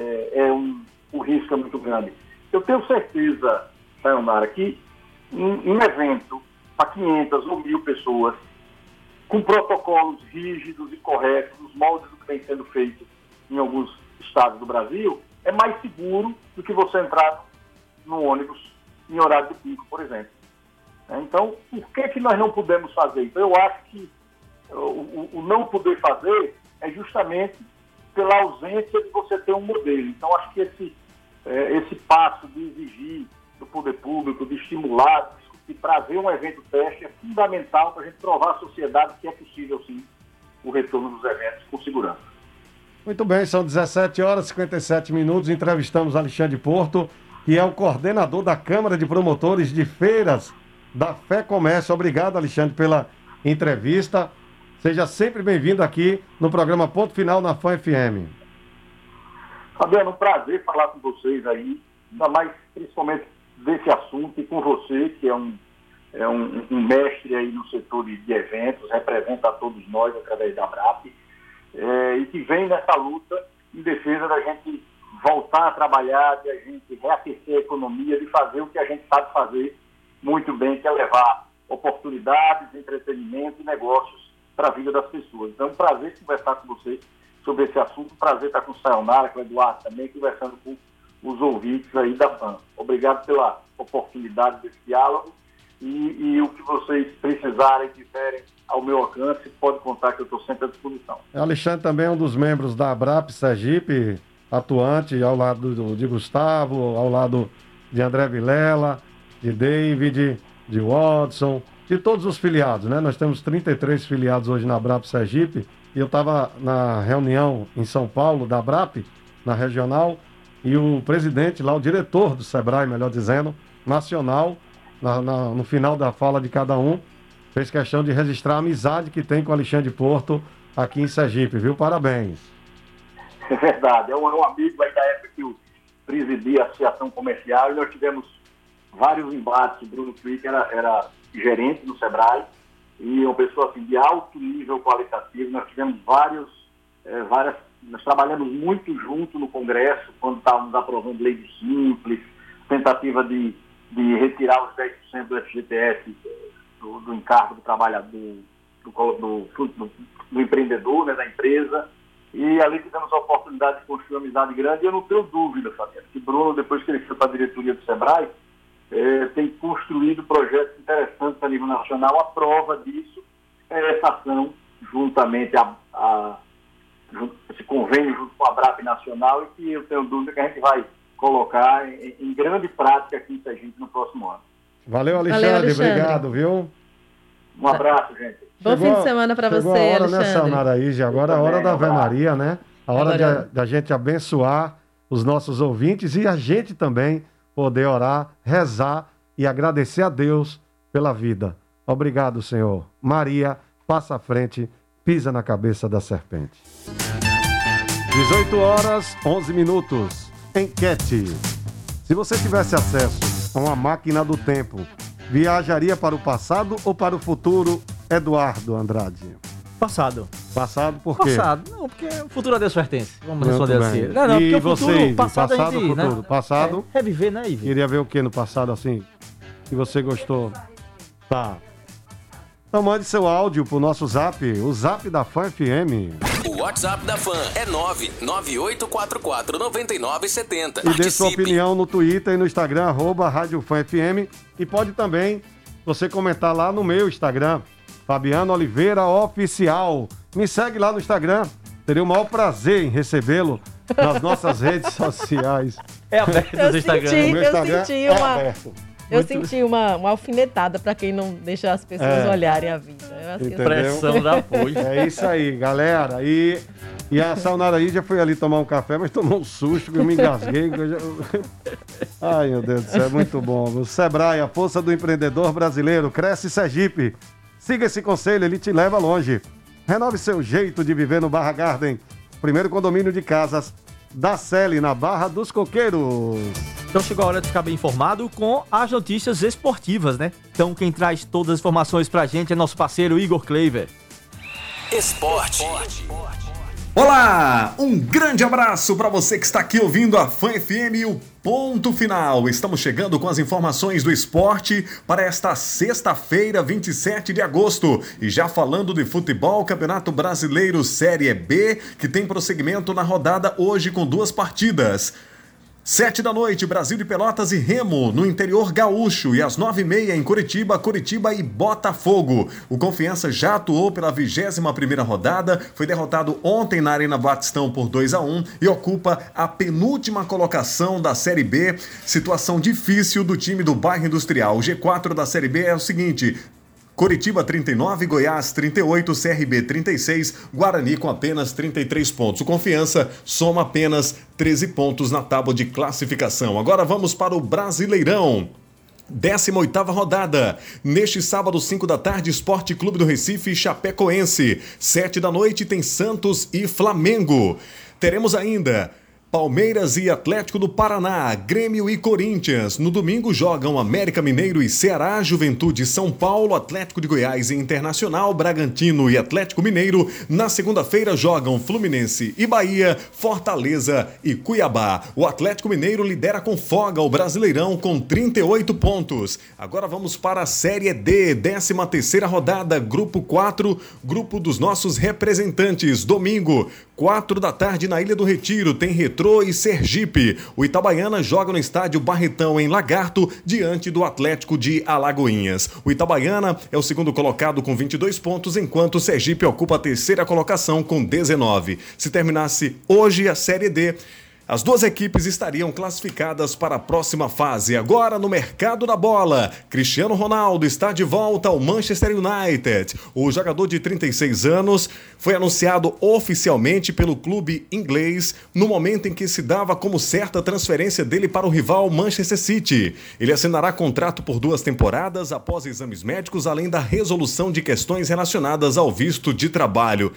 o risco é muito grande. Eu tenho certeza, Sayonara, que um evento para 500 ou 1.000 pessoas, com protocolos rígidos e corretos, os moldes do que vem sendo feito em alguns estados do Brasil, é mais seguro do que você entrar no ônibus em horário de pico, por exemplo. Então, por que nós não podemos fazer? Então, eu acho que o não poder fazer é justamente pela ausência de você ter um modelo. Então, acho que esse passo de exigir do poder público, de estimular, de trazer um evento teste é fundamental para a gente provar à sociedade que é possível, sim, o retorno dos eventos com segurança. Muito bem, são 17 horas e 57 minutos. Entrevistamos Alexandre Porto, que é o coordenador da Câmara de Promotores de Feiras da Fé Comércio. Obrigado, Alexandre, pela entrevista. Seja sempre bem-vindo aqui no programa Ponto Final na Fã FM. Fabiano, um prazer falar com vocês aí, ainda mais principalmente desse assunto, e com você, que é um mestre aí no setor de eventos, representa a todos nós através da ABRAP, e que vem nessa luta em defesa da gente voltar a trabalhar, de a gente reaquecer a economia, de fazer o que a gente sabe fazer muito bem, que é levar oportunidades, entretenimento e negócios para a vida das pessoas. Então é um prazer conversar com você sobre esse assunto, um prazer estar com o Sayonara, com o Eduardo também, conversando com os ouvintes aí da PAN. Obrigado pela oportunidade desse diálogo e o que vocês precisarem, tiverem ao meu alcance, pode contar que eu estou sempre à disposição. Alexandre também é um dos membros da ABRAP Sergipe, atuante ao lado de Gustavo, ao lado de André Vilela, de David, de Watson, de todos os filiados, né? Nós temos 33 filiados hoje na ABRAP Sergipe, e eu estava na reunião em São Paulo da ABRAP, na regional, e o presidente lá, o diretor do SEBRAE, melhor dizendo, nacional, no final da fala de cada um, fez questão de registrar a amizade que tem com o Alexandre Porto aqui em Sergipe, viu? Parabéns. É verdade, é um amigo aí da época que eu presidi a Associação Comercial, e nós tivemos vários embates. O Bruno Twig era gerente no SEBRAE, e uma pessoa assim, de alto nível qualitativo. Nós tivemos nós trabalhamos muito junto no Congresso, quando estávamos aprovando lei do Simples, tentativa de retirar os 10% do FGTS do encargo do trabalhador, do empreendedor, né, da empresa, e ali tivemos a oportunidade de construir uma amizade grande. E eu não tenho dúvida, Fabiano, que Bruno, depois que ele foi para a diretoria do SEBRAE, tem construído projetos interessantes a nível nacional. A prova disso é essa ação, juntamente esse convênio junto com a ABRAP Nacional, e que eu tenho dúvida que a gente vai colocar em grande prática aqui em Sergipe no próximo ano. Valeu, Alexandre. Obrigado, viu? Um abraço, gente. Bom fim de semana para você, Alexandre. Chegou a hora, Alexandre. né, Sayonara Ige? Agora é a hora da Ave Maria, né? A hora da gente abençoar os nossos ouvintes e a gente também poder orar, rezar e agradecer a Deus pela vida. Obrigado, Senhor. Maria, passa à frente, pisa na cabeça da serpente. 18 horas, 11 minutos. Enquete. Se você tivesse acesso a uma máquina do tempo, viajaria para o passado ou para o futuro, Eduardo Andrade? Passado. Passado por quê? Passado. Não, porque o futuro a Deus pertence. Vamos responder Muito bem. assim. Não, E porque o futuro, você, passado passado a gente, ou futuro? né? Passado? Reviver, né, Ivy? Queria ver o que no passado, assim, que você gostou. Tá. Então mande seu áudio pro nosso zap, o zap da Fã FM. O WhatsApp da Fã é 998449970. E dê sua opinião no Twitter e no Instagram, @Rádio Fã FM. E pode também você comentar lá no meu Instagram, Fabiano Oliveira Oficial. Me segue lá no Instagram. Teria o maior prazer em recebê-lo nas nossas redes sociais. É aberto o Instagram. Meu Instagram é aberto. Eu senti uma alfinetada para quem não deixa as pessoas olharem a vida. Entendeu? Pressão da apoio. É isso aí, galera. E a Sayonara já foi ali tomar um café, mas tomou um susto, que eu me engasguei. Ai, meu Deus do céu, é muito bom. O SEBRAE, a força do empreendedor brasileiro. Cresce Sergipe. Siga esse conselho, ele te leva longe. Renove seu jeito de viver no Barra Garden, primeiro condomínio de casas da Sele, na Barra dos Coqueiros. Então chegou a hora de ficar bem informado com as notícias esportivas, né? Então quem traz todas as informações pra gente é nosso parceiro Igor Kleiber. Esporte. Olá, um grande abraço para você que está aqui ouvindo a Fã FM e o Ponto Final. Estamos chegando com as informações do esporte para esta sexta-feira, 27 de agosto. E já falando de futebol, Campeonato Brasileiro Série B, que tem prosseguimento na rodada hoje com 2 partidas. 7 da noite, Brasil de Pelotas e Remo, no interior gaúcho. E às 9h30 em Curitiba, Curitiba e Botafogo. O Confiança já atuou pela 21ª rodada, foi derrotado ontem na Arena Batistão por 2-1 e ocupa a penúltima colocação da Série B. Situação difícil do time do Bairro Industrial. O G4 da Série B é o seguinte: Curitiba 39, Goiás 38, CRB 36, Guarani com apenas 33 pontos. O Confiança soma apenas 13 pontos na tábua de classificação. Agora vamos para o Brasileirão. 18ª rodada. Neste sábado, 5 da tarde, Esporte Clube do Recife e Chapecoense. 7 da noite tem Santos e Flamengo. Teremos ainda Palmeiras e Atlético do Paraná, Grêmio e Corinthians. No domingo jogam América Mineiro e Ceará, Juventude e São Paulo, Atlético de Goiás e Internacional, Bragantino e Atlético Mineiro. Na segunda-feira jogam Fluminense e Bahia, Fortaleza e Cuiabá. O Atlético Mineiro lidera com folga o Brasileirão com 38 pontos. Agora vamos para a Série D, 13ª rodada, Grupo 4, Grupo dos nossos representantes. Domingo, 4 da tarde na Ilha do Retiro, tem Retrô e Sergipe. O Itabaiana joga no estádio Barretão, em Lagarto, diante do Atlético de Alagoinhas. O Itabaiana é o segundo colocado com 22 pontos, enquanto o Sergipe ocupa a 3ª colocação com 19. Se terminasse hoje a Série D, as 2 equipes estariam classificadas para a próxima fase. Agora no mercado da bola, Cristiano Ronaldo está de volta ao Manchester United. O jogador de 36 anos foi anunciado oficialmente pelo clube inglês no momento em que se dava como certa a transferência dele para o rival Manchester City. Ele assinará contrato por 2 temporadas após exames médicos, além da resolução de questões relacionadas ao visto de trabalho.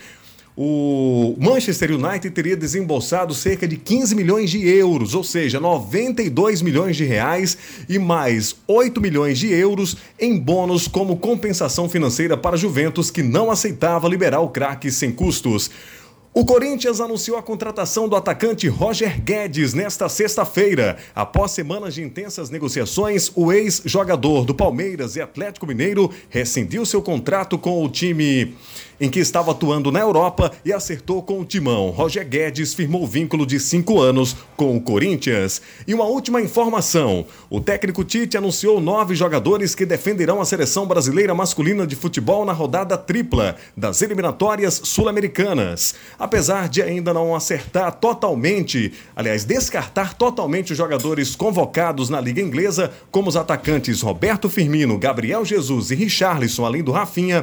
O Manchester United teria desembolsado cerca de 15 milhões de euros, ou seja, 92 milhões de reais e mais 8 milhões de euros em bônus como compensação financeira para a Juventus, que não aceitava liberar o craque sem custos. O Corinthians anunciou a contratação do atacante Roger Guedes nesta sexta-feira. Após semanas de intensas negociações, o ex-jogador do Palmeiras e Atlético Mineiro rescindiu seu contrato com o time em que estava atuando na Europa e acertou com o timão. Roger Guedes firmou vínculo de 5 anos com o Corinthians. E uma última informação: o técnico Tite anunciou 9 jogadores que defenderão a seleção brasileira masculina de futebol na rodada tripla das eliminatórias sul-americanas. Apesar de ainda não acertar totalmente, descartar totalmente os jogadores convocados na Liga Inglesa, como os atacantes Roberto Firmino, Gabriel Jesus e Richarlison, além do Rafinha,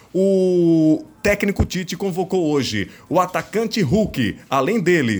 o técnico Tite convocou hoje o atacante Hulk, além dele,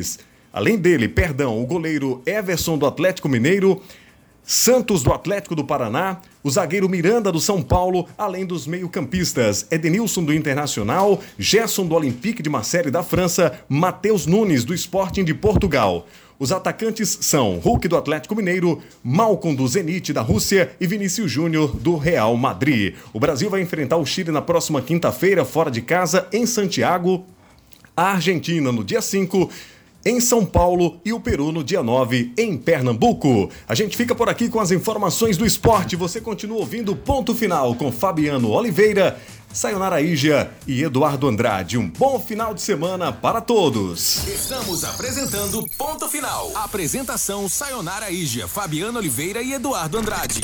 o goleiro Everson do Atlético Mineiro, Santos do Atlético do Paraná, o zagueiro Miranda do São Paulo, além dos meio-campistas Edenilson do Internacional, Gerson do Olympique de Marseille da França, Matheus Nunes do Sporting de Portugal. Os atacantes são Hulk do Atlético Mineiro, Malcom do Zenit da Rússia e Vinícius Júnior do Real Madrid. O Brasil vai enfrentar o Chile na próxima quinta-feira, fora de casa, em Santiago, a Argentina no dia 5, em São Paulo, e o Peru no dia 9, em Pernambuco. A gente fica por aqui com as informações do esporte. Você continua ouvindo Ponto Final com Fabiano Oliveira, Sayonara Ija e Eduardo Andrade. Um bom final de semana para todos. Estamos apresentando Ponto Final. Apresentação Sayonara Ija, Fabiano Oliveira e Eduardo Andrade.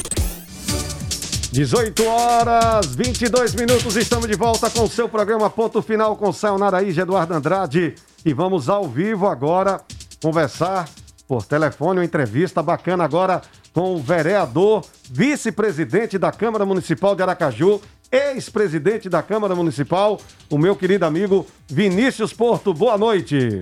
18 horas, 22 minutos, estamos de volta com o seu programa Ponto Final com Sayonara Ija, Eduardo Andrade. E vamos ao vivo agora conversar por telefone, uma entrevista bacana agora com o vereador, vice-presidente da Câmara Municipal de Aracaju, ex-presidente da Câmara Municipal, o meu querido amigo Vinícius Porto. Boa noite.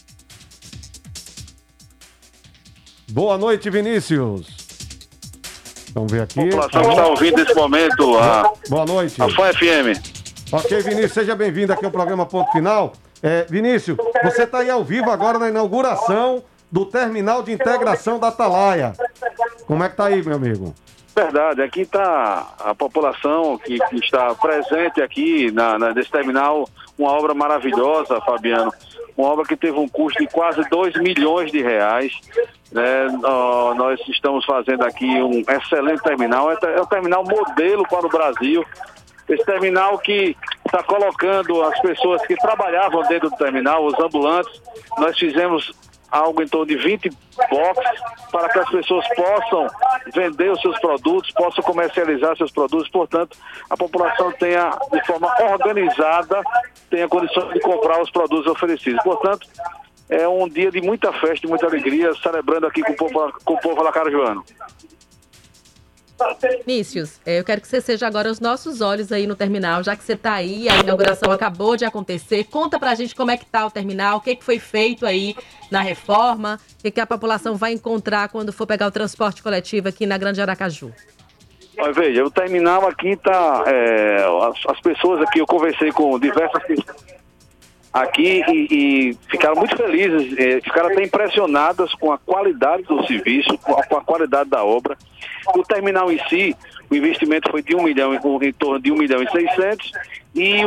Boa noite, Vinícius. Vamos ver aqui. A população que está ouvindo nesse momento Boa noite. A Fã FM. Ok, Vinícius, seja bem-vindo aqui ao programa Ponto Final. Vinícius, você está aí ao vivo agora na inauguração do terminal de integração da Atalaia. Como é que tá aí, meu amigo? Verdade, aqui está a população que está presente aqui nesse terminal, uma obra maravilhosa, Fabiano, uma obra que teve um custo de quase 2 milhões de reais. Nós estamos fazendo aqui um excelente terminal, é um terminal modelo para o Brasil. Esse terminal que está colocando as pessoas que trabalhavam dentro do terminal, os ambulantes. Nós fizemos algo em torno de 20 boxes para que as pessoas possam vender os seus produtos, possam comercializar seus produtos. Portanto, a população tenha, de forma organizada, tenha condições de comprar os produtos oferecidos. Portanto, é um dia de muita festa, de muita alegria, celebrando aqui com o povo alacarajuano. Vinícius, eu quero que você seja agora os nossos olhos aí no terminal, já que você está aí, a inauguração acabou de acontecer. Conta pra gente como é que tá o terminal, o que foi feito aí na reforma, o que a população vai encontrar quando for pegar o transporte coletivo aqui na Grande Aracaju. Veja, o terminal aqui está... as pessoas aqui, eu conversei com diversas pessoas aqui e ficaram muito felizes, ficaram até impressionadas com a qualidade do serviço, com a qualidade da obra. O terminal em si, o investimento foi de 1 milhão, em torno de 1 milhão e 600, e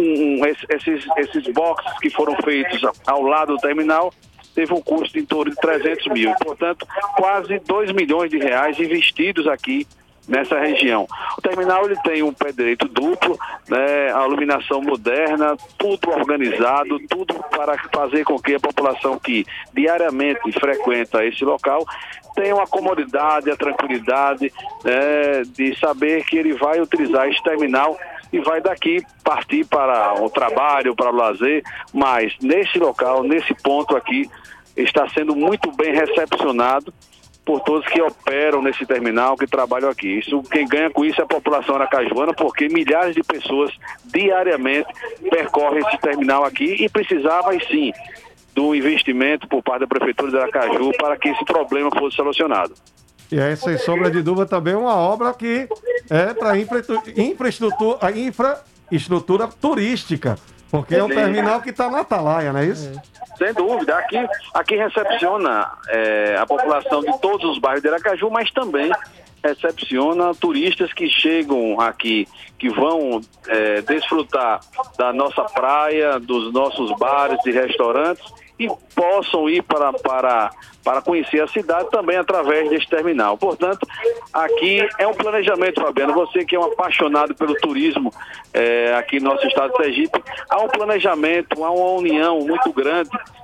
esses boxes que foram feitos ao lado do terminal teve um custo em torno de 300 mil. Portanto, quase 2 milhões de reais investidos aqui nessa região. O terminal ele tem um pé direito duplo, né, a iluminação moderna, tudo organizado, tudo para fazer com que a população que diariamente frequenta esse local tenha uma comodidade, a tranquilidade, de saber que ele vai utilizar esse terminal e vai daqui partir para o trabalho, para o lazer, mas nesse local, nesse ponto aqui, está sendo muito bem recepcionado por todos que operam nesse terminal, que trabalham aqui. Quem ganha com isso é a população aracajuana, porque milhares de pessoas diariamente percorrem esse terminal aqui e precisava, sim, do investimento por parte da Prefeitura de Aracaju para que esse problema fosse solucionado. E aí, sem sombra de dúvida, também uma obra que é para infraestrutura turística, porque é um terminal que está na Atalaia, não é isso? Sem dúvida. Aqui recepciona a população de todos os bairros de Aracaju, mas também recepciona turistas que chegam aqui, que vão desfrutar da nossa praia, dos nossos bares e restaurantes e possam ir para conhecer a cidade também através deste terminal. Portanto, aqui é um planejamento, Fabiano. Você que é um apaixonado pelo turismo aqui no nosso estado de Sergipe, há um planejamento, há uma união muito grande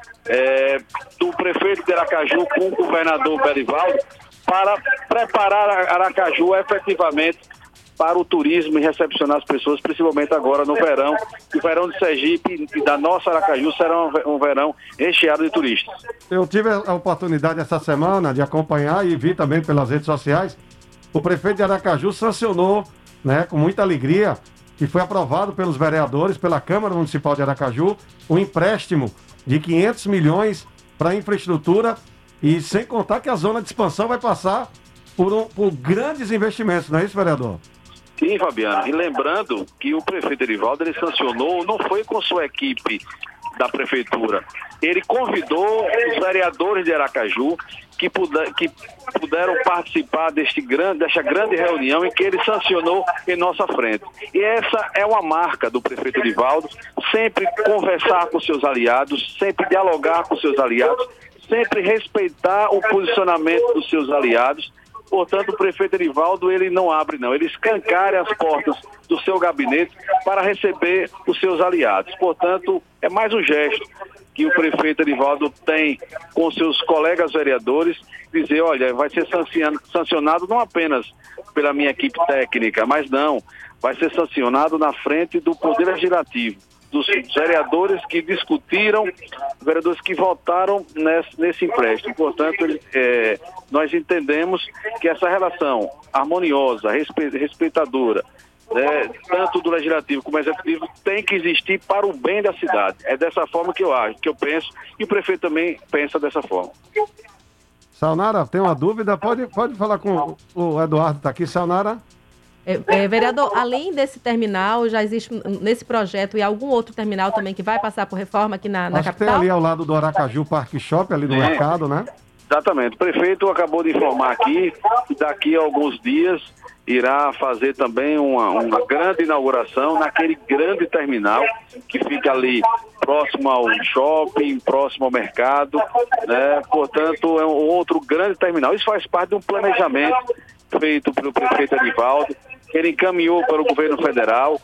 do prefeito de Aracaju com o governador Belivaldo para preparar Aracaju efetivamente para o turismo e recepcionar as pessoas, principalmente agora no verão. O verão de Sergipe e da nossa Aracaju será um verão recheado de turistas. Eu tive a oportunidade essa semana de acompanhar e vi também pelas redes sociais. O prefeito de Aracaju sancionou, né, com muita alegria, que foi aprovado pelos vereadores, pela Câmara Municipal de Aracaju, um empréstimo de 500 milhões para infraestrutura, e sem contar que a zona de expansão vai passar por grandes investimentos, não é isso, vereador? Sim, Fabiano. E lembrando que o prefeito Erivaldo, ele sancionou, não foi com sua equipe da prefeitura. Ele convidou os vereadores de Aracaju que puderam participar desta grande reunião em que ele sancionou em nossa frente. E essa é uma marca do prefeito Erivaldo, sempre conversar com seus aliados, sempre dialogar com seus aliados, sempre respeitar o posicionamento dos seus aliados. Portanto, o prefeito Erivaldo, ele não abre, não. Ele escancara as portas do seu gabinete para receber os seus aliados. Portanto, é mais um gesto que o prefeito Erivaldo tem com seus colegas vereadores, dizer, olha, vai ser sancionado não apenas pela minha equipe técnica, mas não, vai ser sancionado na frente do Poder Legislativo, dos vereadores que discutiram, vereadores que votaram nesse empréstimo. Portanto, nós entendemos que essa relação harmoniosa, respeitadora, tanto do Legislativo como do Executivo, tem que existir para o bem da cidade. É dessa forma que eu acho, que eu penso, e o prefeito também pensa dessa forma. Saunara, tem uma dúvida? Pode falar com o Eduardo, está aqui, Saunara? Vereador, além desse terminal, já existe nesse projeto e algum outro terminal também que vai passar por reforma aqui na Acho capital? que tem ali ao lado do Aracaju Parque Shop, ali no mercado, né? Exatamente. O prefeito acabou de informar aqui que daqui a alguns dias irá fazer também uma grande inauguração naquele grande terminal que fica ali próximo ao shopping, próximo ao mercado, né? Portanto, é um outro grande terminal. Isso faz parte de um planejamento feito pelo prefeito Edivaldo, que ele encaminhou para o governo federal,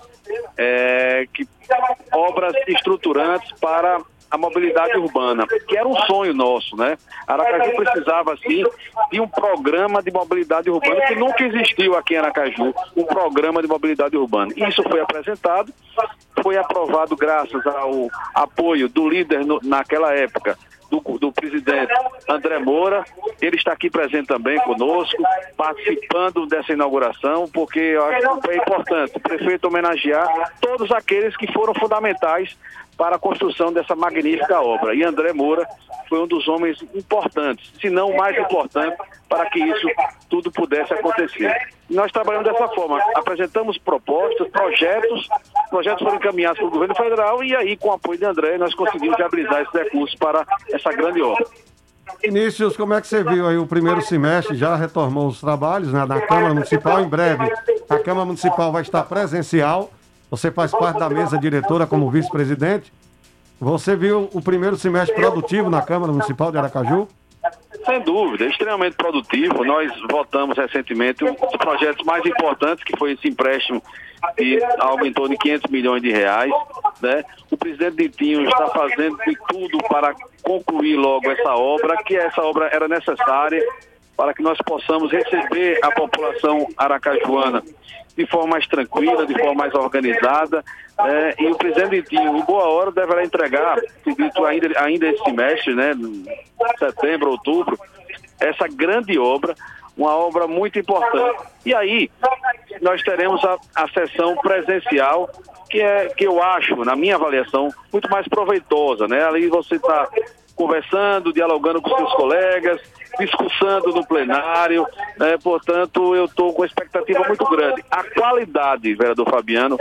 que obras estruturantes para a mobilidade urbana, que era um sonho nosso, né? Aracaju precisava, assim, de um programa de mobilidade urbana que nunca existiu aqui em Aracaju, um programa de mobilidade urbana. Isso foi apresentado, foi aprovado graças ao apoio do líder naquela época, do presidente André Moura. Ele está aqui presente também conosco, participando dessa inauguração, porque eu acho que é importante o prefeito homenagear todos aqueles que foram fundamentais para a construção dessa magnífica obra. E André Moura foi um dos homens importantes, se não o mais importante, para que isso tudo pudesse acontecer. E nós trabalhamos dessa forma, apresentamos propostas, projetos foram encaminhados para o governo federal e aí, com o apoio de André, nós conseguimos viabilizar esses recursos para essa grande obra. Vinícius, como é que você viu aí o primeiro semestre? Já retomou os trabalhos, né, na Câmara Municipal. Em breve, a Câmara Municipal vai estar presencial. Você faz parte da mesa diretora como vice-presidente. Você viu o primeiro semestre produtivo na Câmara Municipal de Aracaju? Sem dúvida, extremamente produtivo. Nós votamos recentemente um dos projetos mais importantes, que foi esse empréstimo de algo em torno de 500 milhões de reais, né? O presidente Ditinho está fazendo de tudo para concluir logo essa obra, que essa obra era necessária para que nós possamos receber a população aracajuana de forma mais tranquila, de forma mais organizada, e o presidente Ditinho, em boa hora, deverá entregar, acredito, ainda esse semestre, né, setembro, outubro, essa grande obra, uma obra muito importante. E aí, nós teremos a sessão presencial, que eu acho, na minha avaliação, muito mais proveitosa, né? Ali você está conversando, dialogando com seus colegas, discussando no plenário, né? Portanto, eu estou com expectativa muito grande. A qualidade, vereador Fabiano,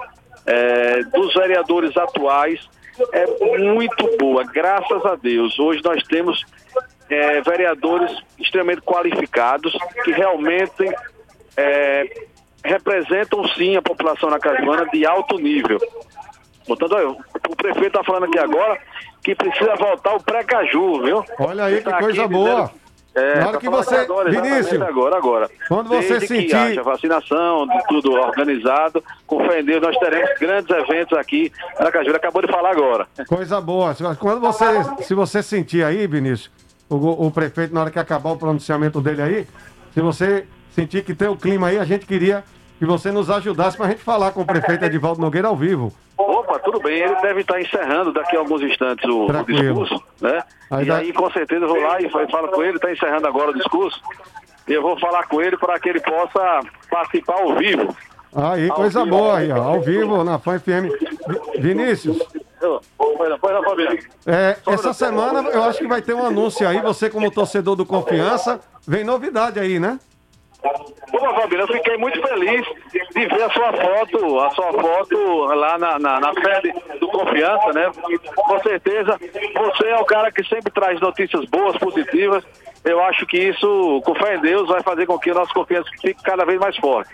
dos vereadores atuais é muito boa, graças a Deus. Hoje nós temos vereadores extremamente qualificados, que realmente representam sim a população aracajuana de alto nível. Portanto, o prefeito está falando aqui agora que precisa voltar o pré-caju, viu? Olha aí, que coisa boa. Na hora que você, agora, Vinícius, agora. quando você Desde sentir... que haja vacinação, de tudo organizado, com fé em Deus, nós teremos grandes eventos aqui. Aracaju, ele acabou de falar agora. Coisa boa. Se você sentir aí, Vinícius, o prefeito, na hora que acabar o pronunciamento dele aí, se você sentir que tem o clima aí, a gente queria que você nos ajudasse para a gente falar com o prefeito Edivaldo Nogueira ao vivo. Opa, tudo bem, ele deve estar encerrando daqui a alguns instantes o discurso, né? Aí com certeza eu vou lá e falo com ele, está encerrando agora o discurso, e eu vou falar com ele para que ele possa participar ao vivo. Aí, coisa boa aí, ó, ao vivo na Fã FM. Vinícius, essa semana eu acho que vai ter um anúncio aí, você como torcedor do Confiança, vem novidade aí, né? Ô, Fabiano, eu fiquei muito feliz de ver a sua foto lá na sede do Confiança, né? Com certeza, você é o cara que sempre traz notícias boas, positivas. Eu acho que isso, com fé em Deus, vai fazer com que o nosso Confiança fique cada vez mais forte.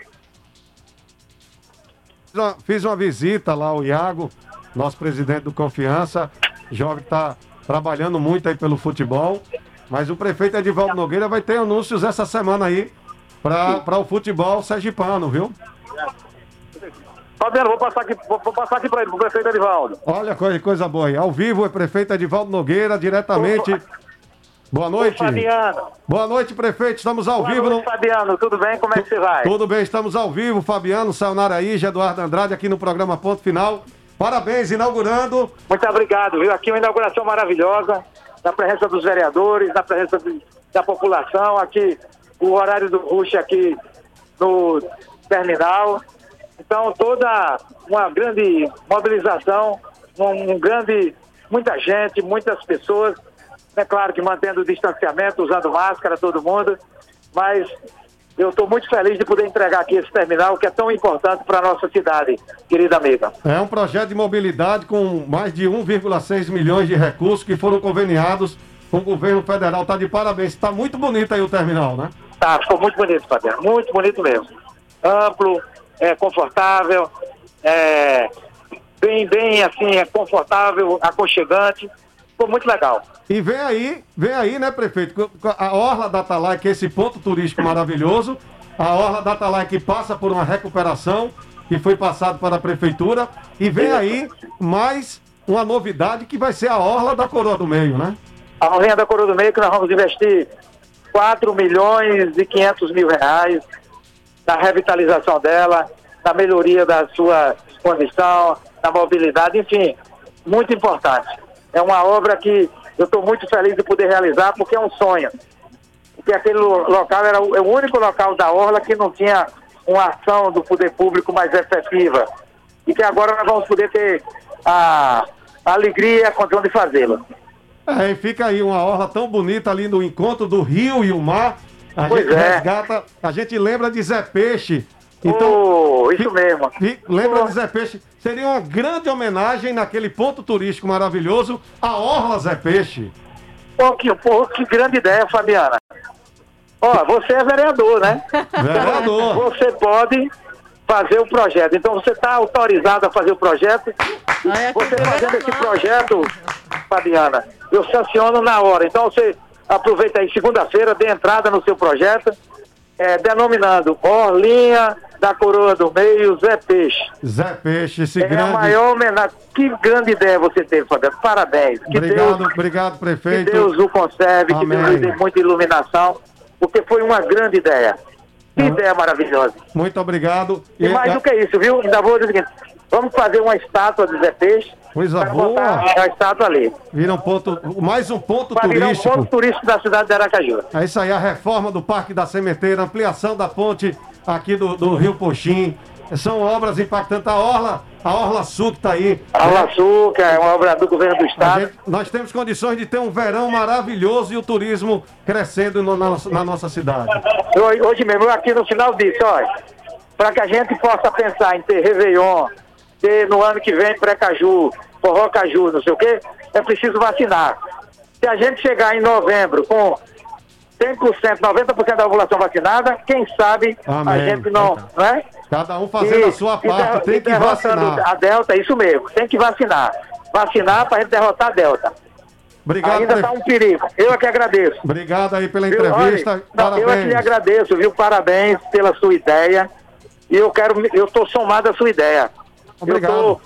Fiz uma visita lá ao Iago, nosso presidente do Confiança, jovem que está trabalhando muito aí pelo futebol, mas o prefeito Edivaldo Nogueira vai ter anúncios essa semana aí para o futebol sergipano, viu? Fabiano, vou passar aqui para ele, pro prefeito Edivaldo. Olha, coisa boa aí. Ao vivo, o prefeito Edivaldo Nogueira, diretamente. Boa noite. Oi, Fabiano. Boa noite, prefeito. Estamos ao vivo. Boa noite, Fabiano. Tudo bem? Como é que você vai? Tudo bem, estamos ao vivo. Fabiano, Sayonara Ija, Eduardo Andrade, aqui no programa Ponto Final. Parabéns, inaugurando. Muito obrigado, viu? Aqui uma inauguração maravilhosa, na presença dos vereadores, na presença da população, aqui o horário do rush aqui no terminal. Então, toda uma grande mobilização, muita gente, muitas pessoas. É claro que mantendo o distanciamento, usando máscara, todo mundo. Mas eu estou muito feliz de poder entregar aqui esse terminal que é tão importante para a nossa cidade, querida amiga. É um projeto de mobilidade com mais de 1,6 milhões de recursos que foram conveniados com o governo federal. Tá de parabéns. Tá muito bonito aí o terminal, né? Tá, ficou muito bonito, Fabiano. Muito bonito mesmo. Amplo, confortável, bem assim, confortável, aconchegante. Ficou muito legal. E vem aí, né, prefeito? A Orla da Atalaia, que é esse ponto turístico maravilhoso. A Orla da Atalaia que passa por uma recuperação, que foi passado para a prefeitura. E vem aí mais uma novidade que vai ser a Orla da Coroa do Meio, né? A Orla da Coroa do Meio que nós vamos investir 4 milhões e 500 mil reais na revitalização dela, na melhoria da sua condição, na mobilidade, enfim, muito importante. É uma obra que eu estou muito feliz de poder realizar, porque é um sonho. Porque aquele local era o único local da Orla que não tinha uma ação do poder público mais efetiva. E que agora nós vamos poder ter a alegria e a condição de fazê-lo. E fica aí uma orla tão bonita ali no encontro do rio e o mar. A gente resgata, a gente lembra de Zé Peixe. Então, isso mesmo. Lembra de Zé Peixe? Seria uma grande homenagem naquele ponto turístico maravilhoso, a Orla Zé Peixe. Que grande ideia, Fabiana. Ó, você é vereador, né? Vereador. Você pode fazer o projeto. Então você está autorizado a fazer o projeto. Você fazendo esse projeto, Fabiana, eu sanciono na hora. Então você aproveita aí segunda-feira, dê entrada no seu projeto, denominando Orlinha da Coroa do Meio, Zé Peixe. Zé Peixe, esse grande... É a maior homenagem. Que grande ideia você teve, Fabiano. Parabéns. Obrigado, prefeito. Que Deus o conserve, Amém. Que Deus lhe dê muita iluminação, porque foi uma grande ideia. Que ideia maravilhosa. Muito obrigado. E mais do que isso, viu? Ainda vou dizer o seguinte, vamos fazer uma estátua de Zé Peixe. Coisa boa. A estátua ali. Vira mais um ponto Vai virar turístico. um ponto turístico da cidade de Aracaju. É isso aí, a reforma do Parque da Sementeira, ampliação da ponte aqui do Rio Poxim. São obras impactantes. A Orla Sul que está aí. A Orla Sul, que é uma obra do governo do estado. Nós temos condições de ter um verão maravilhoso e o turismo crescendo na nossa cidade. Hoje mesmo, aqui no final disso, olha, para que a gente possa pensar em ter Réveillon, ter no ano que vem pré-caju, forró caju, não sei o quê, é preciso vacinar. Se a gente chegar em novembro com 100%, 90% da população vacinada, quem sabe a gente não é? Cada um fazendo a sua parte, tem que vacinar. A Delta, isso mesmo, tem que vacinar. Vacinar para a gente derrotar a Delta. Obrigado. Ainda está um perigo. Eu é que agradeço. Obrigado aí pela entrevista. Olha, parabéns. Eu é que lhe agradeço, viu? Parabéns pela sua ideia. E eu estou somado à sua ideia. Obrigado.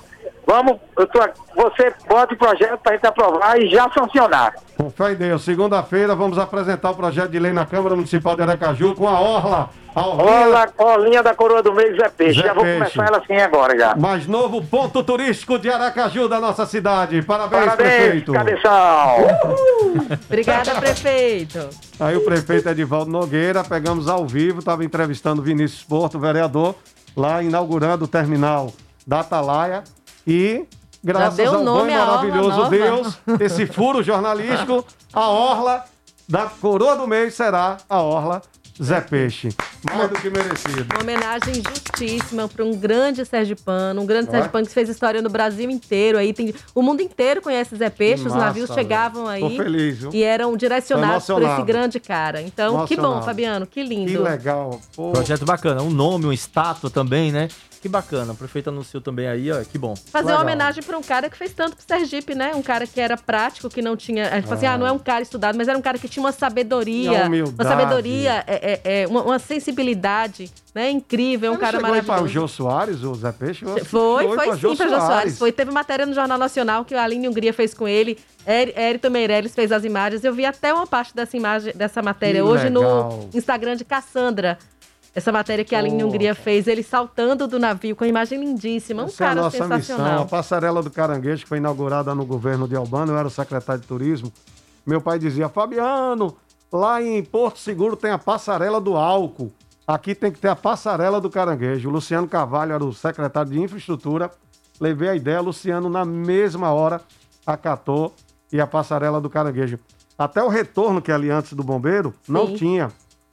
Você bota o projeto para a gente aprovar e já sancionar. Com fé em Deus, segunda-feira vamos apresentar o projeto de lei na Câmara Municipal de Aracaju com a Orla. Orlinha da Coroa do Meio, Zé Peixe. Já vou começar ela assim agora já. Mais novo ponto turístico de Aracaju da nossa cidade. Parabéns, prefeito. Cabeção. Obrigada, prefeito. Aí o prefeito Edivaldo Nogueira, pegamos ao vivo, estava entrevistando o Vinícius Porto, vereador, lá inaugurando o terminal da Atalaia. E, graças ao bom e maravilhoso Deus, esse furo jornalístico, a Orla da Coroa do Meio será a Orla Zé Peixe. Mais do que merecido. Uma homenagem justíssima para um grande sergipano, sergipano que fez história no Brasil inteiro. Aí o mundo inteiro conhece Zé Peixe, os navios chegavam aí. Tô feliz, viu? E eram direcionados por esse grande cara. Então, que bom, Fabiano, que lindo. Que legal. Pô. Projeto bacana, um nome, uma estátua também, né? Que bacana, o prefeito anunciou também aí, ó, que bom. Fazer uma homenagem para um cara que fez tanto pro Sergipe, né? Um cara que era prático, que não tinha... A gente fala assim, não é um cara estudado, mas era um cara que tinha uma sabedoria. Uma sabedoria, uma sensibilidade, né? Incrível, um cara maravilhoso. Foi para o Jô Soares, o Zé Peixe? Foi sim para o Jô Soares. Teve matéria no Jornal Nacional que a Aline Hungria fez com ele. Érito Meirelles fez as imagens. Eu vi até uma parte dessa matéria hoje no Instagram de Cassandra. Essa matéria que a Aline Hungria fez, ele saltando do navio com a imagem lindíssima. Essa cara sensacional. Missão, a Passarela do Caranguejo, que foi inaugurada no governo de Albano, eu era o secretário de turismo. Meu pai dizia, Fabiano, lá em Porto Seguro tem a Passarela do Álcool. Aqui tem que ter a Passarela do Caranguejo. O Luciano Carvalho era o secretário de infraestrutura. Levei a ideia, Luciano, na mesma hora, acatou e a Passarela do Caranguejo. Até o retorno, que é ali antes do bombeiro, não tinha.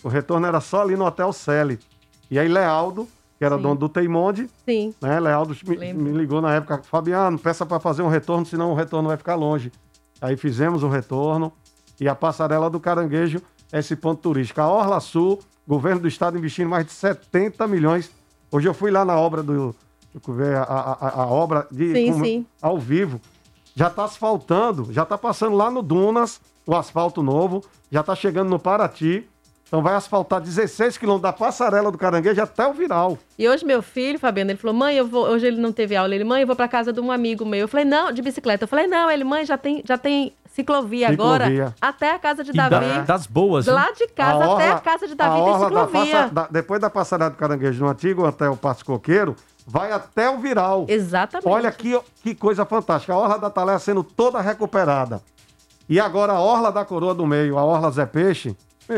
O retorno era só ali no Hotel Celi. E aí Lealdo, que era Sim. dono do Teimonde, Sim. né? Lealdo me ligou na época, Fabiano, peça para fazer um retorno, senão o retorno vai ficar longe. Aí fizemos o retorno e a Passarela do Caranguejo é esse ponto turístico. A Orla Sul, governo do estado investindo mais de 70 milhões. Hoje eu fui lá na obra a obra Sim. ao vivo. Já está asfaltando, já está passando lá no Dunas, o asfalto novo, já está chegando no Paraty. Então vai asfaltar 16 quilômetros da Passarela do Caranguejo até o Viral. E hoje meu filho, Fabiano, ele falou, mãe, hoje ele não teve aula, mãe, eu vou pra casa de um amigo meu. Eu falei, não, de bicicleta. Eu falei, não, mãe, já tem ciclovia agora, até a casa de Davi. Das boas, hein? Lá de casa até a casa de Davi tem ciclovia. Depois da Passarela do Caranguejo, no antigo Hotel Passo Coqueiro, vai até o Viral. Exatamente. Olha que coisa fantástica. A Orla da Talé sendo toda recuperada. E agora a Orla da Coroa do Meio, a Orla Zé Peixe,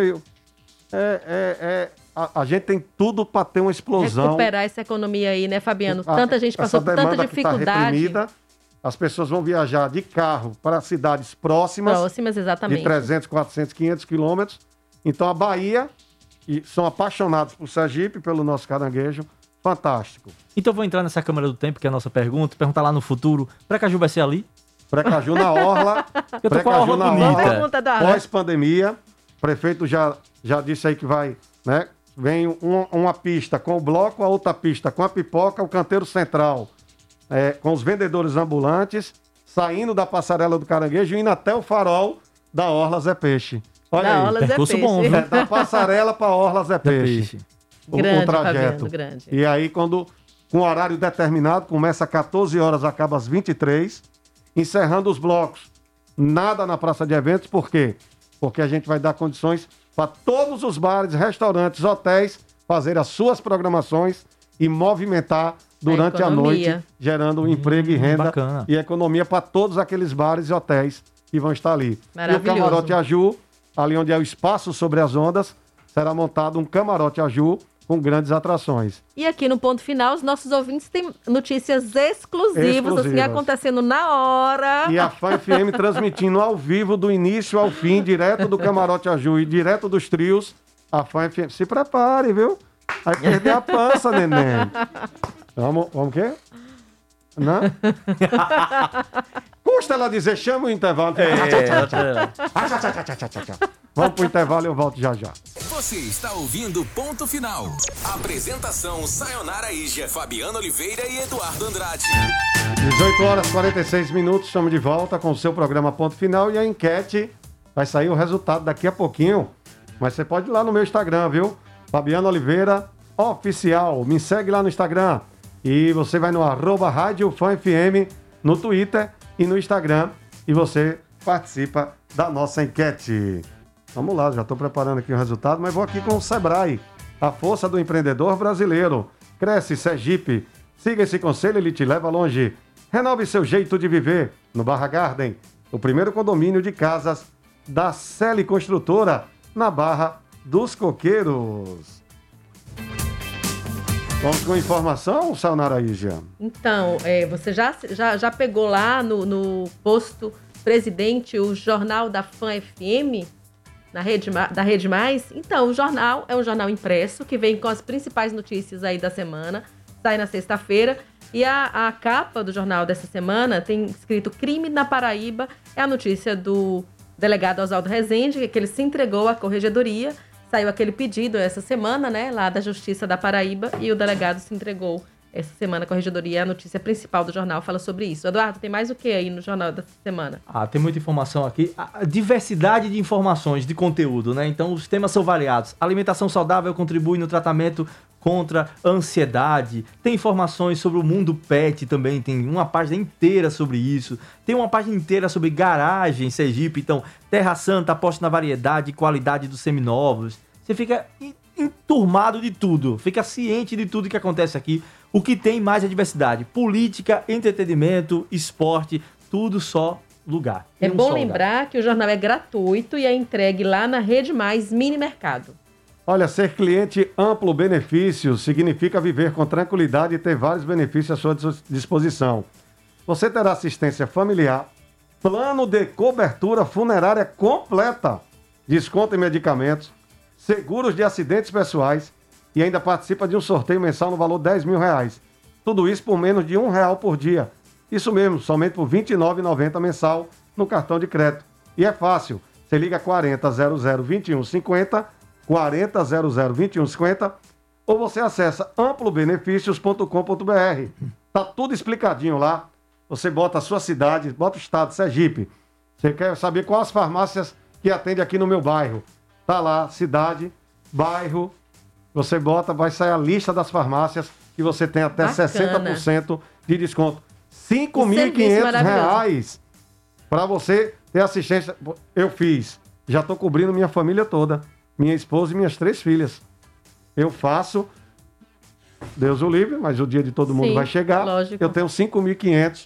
a gente tem tudo para ter uma explosão. Recuperar essa economia aí, né, Fabiano? Tanta gente passou por tanta dificuldade. Tá reprimida, as pessoas vão viajar de carro para cidades próximas. Exatamente. De 300, 400, 500 quilômetros. Então a Bahia, e são apaixonados por Sergipe, pelo nosso caranguejo. Fantástico. Então vou entrar nessa Câmara do Tempo, que é a nossa perguntar lá no futuro. Precaju vai ser ali? Precaju na Orla. Eu tô com a Orla bonita. Pós-pandemia, o prefeito já disse aí que vai, né? Vem uma pista com o bloco, a outra pista com a pipoca, o canteiro central, com os vendedores ambulantes, saindo da Passarela do Caranguejo e indo até o farol da Orla Zé Peixe. Olha aí. Percurso bom, viu? Da Passarela para a Orla Zé Peixe. O trajeto. Fabiano, grande. E aí, com horário determinado, começa às 14 horas, acaba às 23, encerrando os blocos. Nada na praça de eventos, por quê? Porque a gente vai dar condições para todos os bares, restaurantes, hotéis fazer as suas programações e movimentar durante a noite, gerando emprego e renda e economia para todos aqueles bares e hotéis que vão estar ali. E o Camarote Aju, ali onde é o espaço sobre as ondas, será montado um Camarote Aju com grandes atrações. E aqui no Ponto Final, os nossos ouvintes têm notícias exclusivas. Assim, acontecendo na hora. E a Fã FM transmitindo ao vivo, do início ao fim, direto do Camarote Aju e direto dos trios. A Fã FM, se prepare, viu? Vai perder a pança, neném. Vamos o quê? Não? Custa ela dizer, chama o intervalo. Vamos pro intervalo e eu volto já já. Você está ouvindo Ponto Final. Apresentação Sayonara Ija, Fabiano Oliveira e Eduardo Andrade. 18 horas e 46 minutos, estamos de volta com o seu programa Ponto Final e a enquete vai sair o resultado daqui a pouquinho. Mas você pode ir lá no meu Instagram, viu? Fabiano Oliveira Oficial. Me segue lá no Instagram. E você vai no @RádioFanFM no Twitter e no Instagram. E você participa da nossa enquete. Vamos lá, já estou preparando aqui o resultado, mas vou aqui com o Sebrae. A força do empreendedor brasileiro. Cresce Sergipe. Siga esse conselho, ele te leva longe. Renove seu jeito de viver no Barra Garden, o primeiro condomínio de casas da Celi Construtora, na Barra dos Coqueiros. Vamos com informação, Sayonara Ija? Então, você já pegou lá no posto Presidente o jornal da Fã FM, da Rede Mais? Então, o jornal é um jornal impresso que vem com as principais notícias aí da semana, sai na sexta-feira, e a capa do jornal dessa semana tem escrito Crime na Paraíba, é a notícia do delegado Oswaldo Rezende, que ele se entregou à corregedoria. Saiu aquele pedido essa semana, né, lá da Justiça da Paraíba, e o delegado se entregou essa semana à corregedoria. A notícia principal do jornal fala sobre isso. Eduardo, tem mais o que aí no jornal dessa semana? Tem muita informação aqui. A diversidade de informações, de conteúdo, né? Então, os temas são variados. Alimentação saudável contribui no tratamento contra a ansiedade. Tem informações sobre o mundo pet também. Tem uma página inteira sobre isso. Tem uma página inteira sobre garagem em Sergipe. Então, Terra Santa aposta na variedade e qualidade dos seminovos. Você fica enturmado de tudo. Fica ciente de tudo que acontece aqui. O que tem mais é diversidade. Política, entretenimento, esporte, tudo só lugar. É bom lembrar que o jornal é gratuito e é entregue lá na Rede Mais Mini Mercado. Olha, ser cliente amplo benefício significa viver com tranquilidade e ter vários benefícios à sua disposição. Você terá assistência familiar, plano de cobertura funerária completa, desconto em medicamentos, seguros de acidentes pessoais e ainda participa de um sorteio mensal no valor de R$10.000. Tudo isso por menos de R$1 por dia. Isso mesmo, somente por R$ 29,90 mensal no cartão de crédito. E é fácil. Você liga 4000-2150, 4000-2150, ou você acessa amplobenefícios.com.br. Tá tudo explicadinho lá. Você bota a sua cidade, bota o estado, Sergipe. Você quer saber quais as farmácias que atende aqui no meu bairro. Tá lá, cidade, bairro. Você bota, vai sair a lista das farmácias que você tem até Bacana. 60% de desconto. R$ 5.500 para você ter assistência. Eu fiz. Já estou cobrindo minha família toda. Minha esposa e minhas 3 filhas. Eu faço, Deus o livre, mas o dia de todo mundo vai chegar. Lógico. Eu tenho R$ 5.500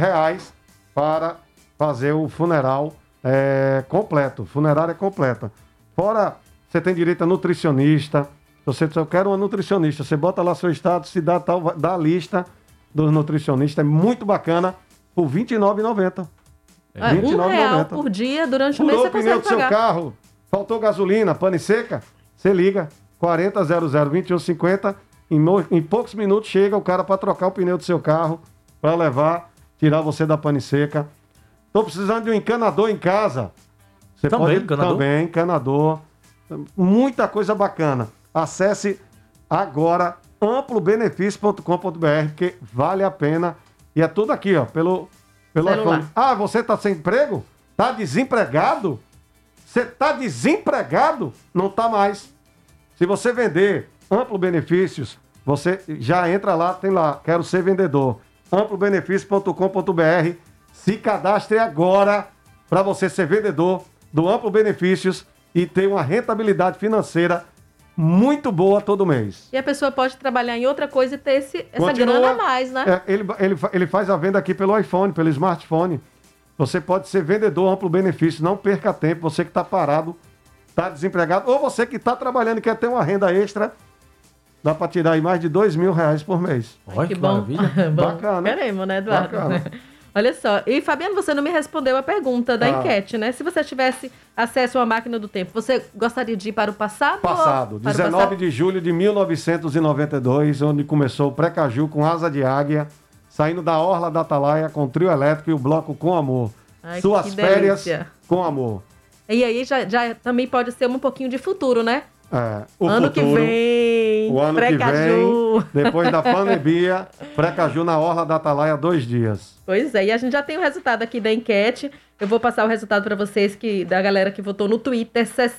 para fazer o funeral completo. Funerária completa. Fora, você tem direito a nutricionista. Você só quer uma nutricionista. Você bota lá seu estado, cidade tal, dá a lista dos nutricionistas. É muito bacana. Por R$ 29,90. R$1 por dia durante o mês você consegue pagar. Furou o pneu do seu carro, faltou gasolina, pane seca, você liga 4000-2150. Em poucos minutos chega o cara para trocar o pneu do seu carro, para levar, tirar você da pane seca. Estou precisando de um encanador em casa. Você também, pode também, encanador. Muita coisa bacana. Acesse agora amplobenefício.com.br, porque vale a pena. E é tudo aqui, ó, pelo iPhone. Ah, você tá sem emprego? Tá desempregado? Você tá desempregado? Não tá mais. Se você vender Amplo Benefícios, você já entra lá, tem lá, quero ser vendedor. amplobenefício.com.br. Se cadastre agora para você ser vendedor do Amplo Benefícios e ter uma rentabilidade financeira muito boa todo mês. E a pessoa pode trabalhar em outra coisa e ter essa grana a mais, né? Ele faz a venda aqui pelo iPhone, pelo smartphone. Você pode ser vendedor Amplo Benefício, não perca tempo. Você que está parado, está desempregado, ou você que está trabalhando e quer ter uma renda extra, dá para tirar aí mais de R$2.000 por mês. Olha que maravilha. Bacana. Queremos, né, Eduardo? Bacana. Olha só, e Fabiano, você não me respondeu a pergunta da enquete, né? Se você tivesse acesso a uma máquina do tempo, você gostaria de ir para o passado? Passado, 19 de julho de 1992, onde começou o Precaju com Asa de Águia, saindo da Orla da Atalaia com o trio elétrico e o bloco Com Amor. Ai, Suas férias com amor. E aí já também pode ser um pouquinho de futuro, né? O ano futuro, que vem, o ano Precaju. que vem, depois da pandemia, Precaju na Orla da Atalaia 2 dias. Pois é, e a gente já tem o resultado aqui da enquete. Eu vou passar o resultado para vocês da galera que votou no Twitter.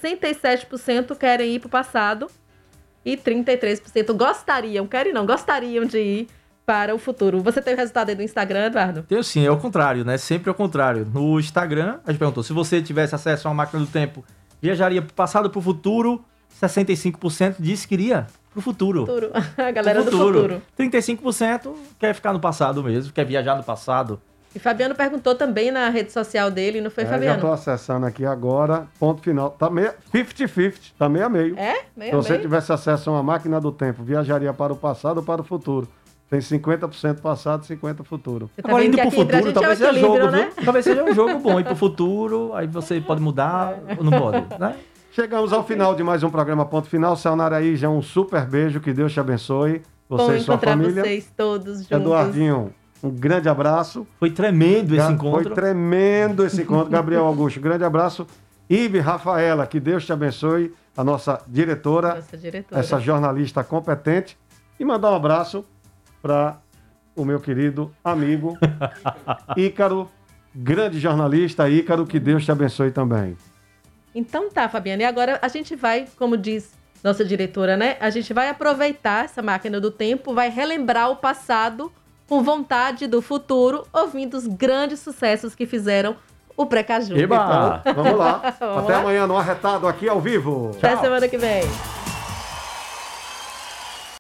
67% querem ir para o passado e 33% gostariam de ir para o futuro. Você tem o resultado aí do Instagram, Eduardo? Tenho sim, é o contrário, né? Sempre é o contrário. No Instagram, a gente perguntou, se você tivesse acesso a uma máquina do tempo, viajaria para o passado ou para o futuro? 65% disse que iria pro futuro. A galera do futuro. 35% quer ficar no passado mesmo, quer viajar no passado. E Fabiano perguntou também na rede social dele, não foi, Fabiano? Já tô acessando aqui agora, ponto final. Tá 50-50, tá meio a meio. É? Meio Se você tivesse acesso a uma máquina do tempo, viajaria para o passado ou para o futuro? Tem 50% passado e 50% futuro. Tá agora indo pro futuro, talvez seja jogo, né? Talvez seja um jogo bom. Ir pro futuro, aí você pode mudar ou não pode, né? Chegamos ao final de mais um programa Ponto Final. Sayonara aí, já um super beijo, que Deus te abençoe. Você e sua família. Vocês todos juntos. Eduardinho, um grande abraço. Foi tremendo esse encontro. Foi tremendo esse encontro. Gabriel Augusto, grande abraço. Ive Rafaela, que Deus te abençoe, a nossa diretora, essa jornalista competente. E mandar um abraço para o meu querido amigo Ícaro, grande jornalista Ícaro, que Deus te abençoe também. Então tá, Fabiana. E agora a gente vai, como diz nossa diretora, né? A gente vai aproveitar essa máquina do tempo, vai relembrar o passado com vontade do futuro, ouvindo os grandes sucessos que fizeram o Precaju. Então, vamos lá. Até amanhã no Arretado aqui ao vivo. Até semana que vem.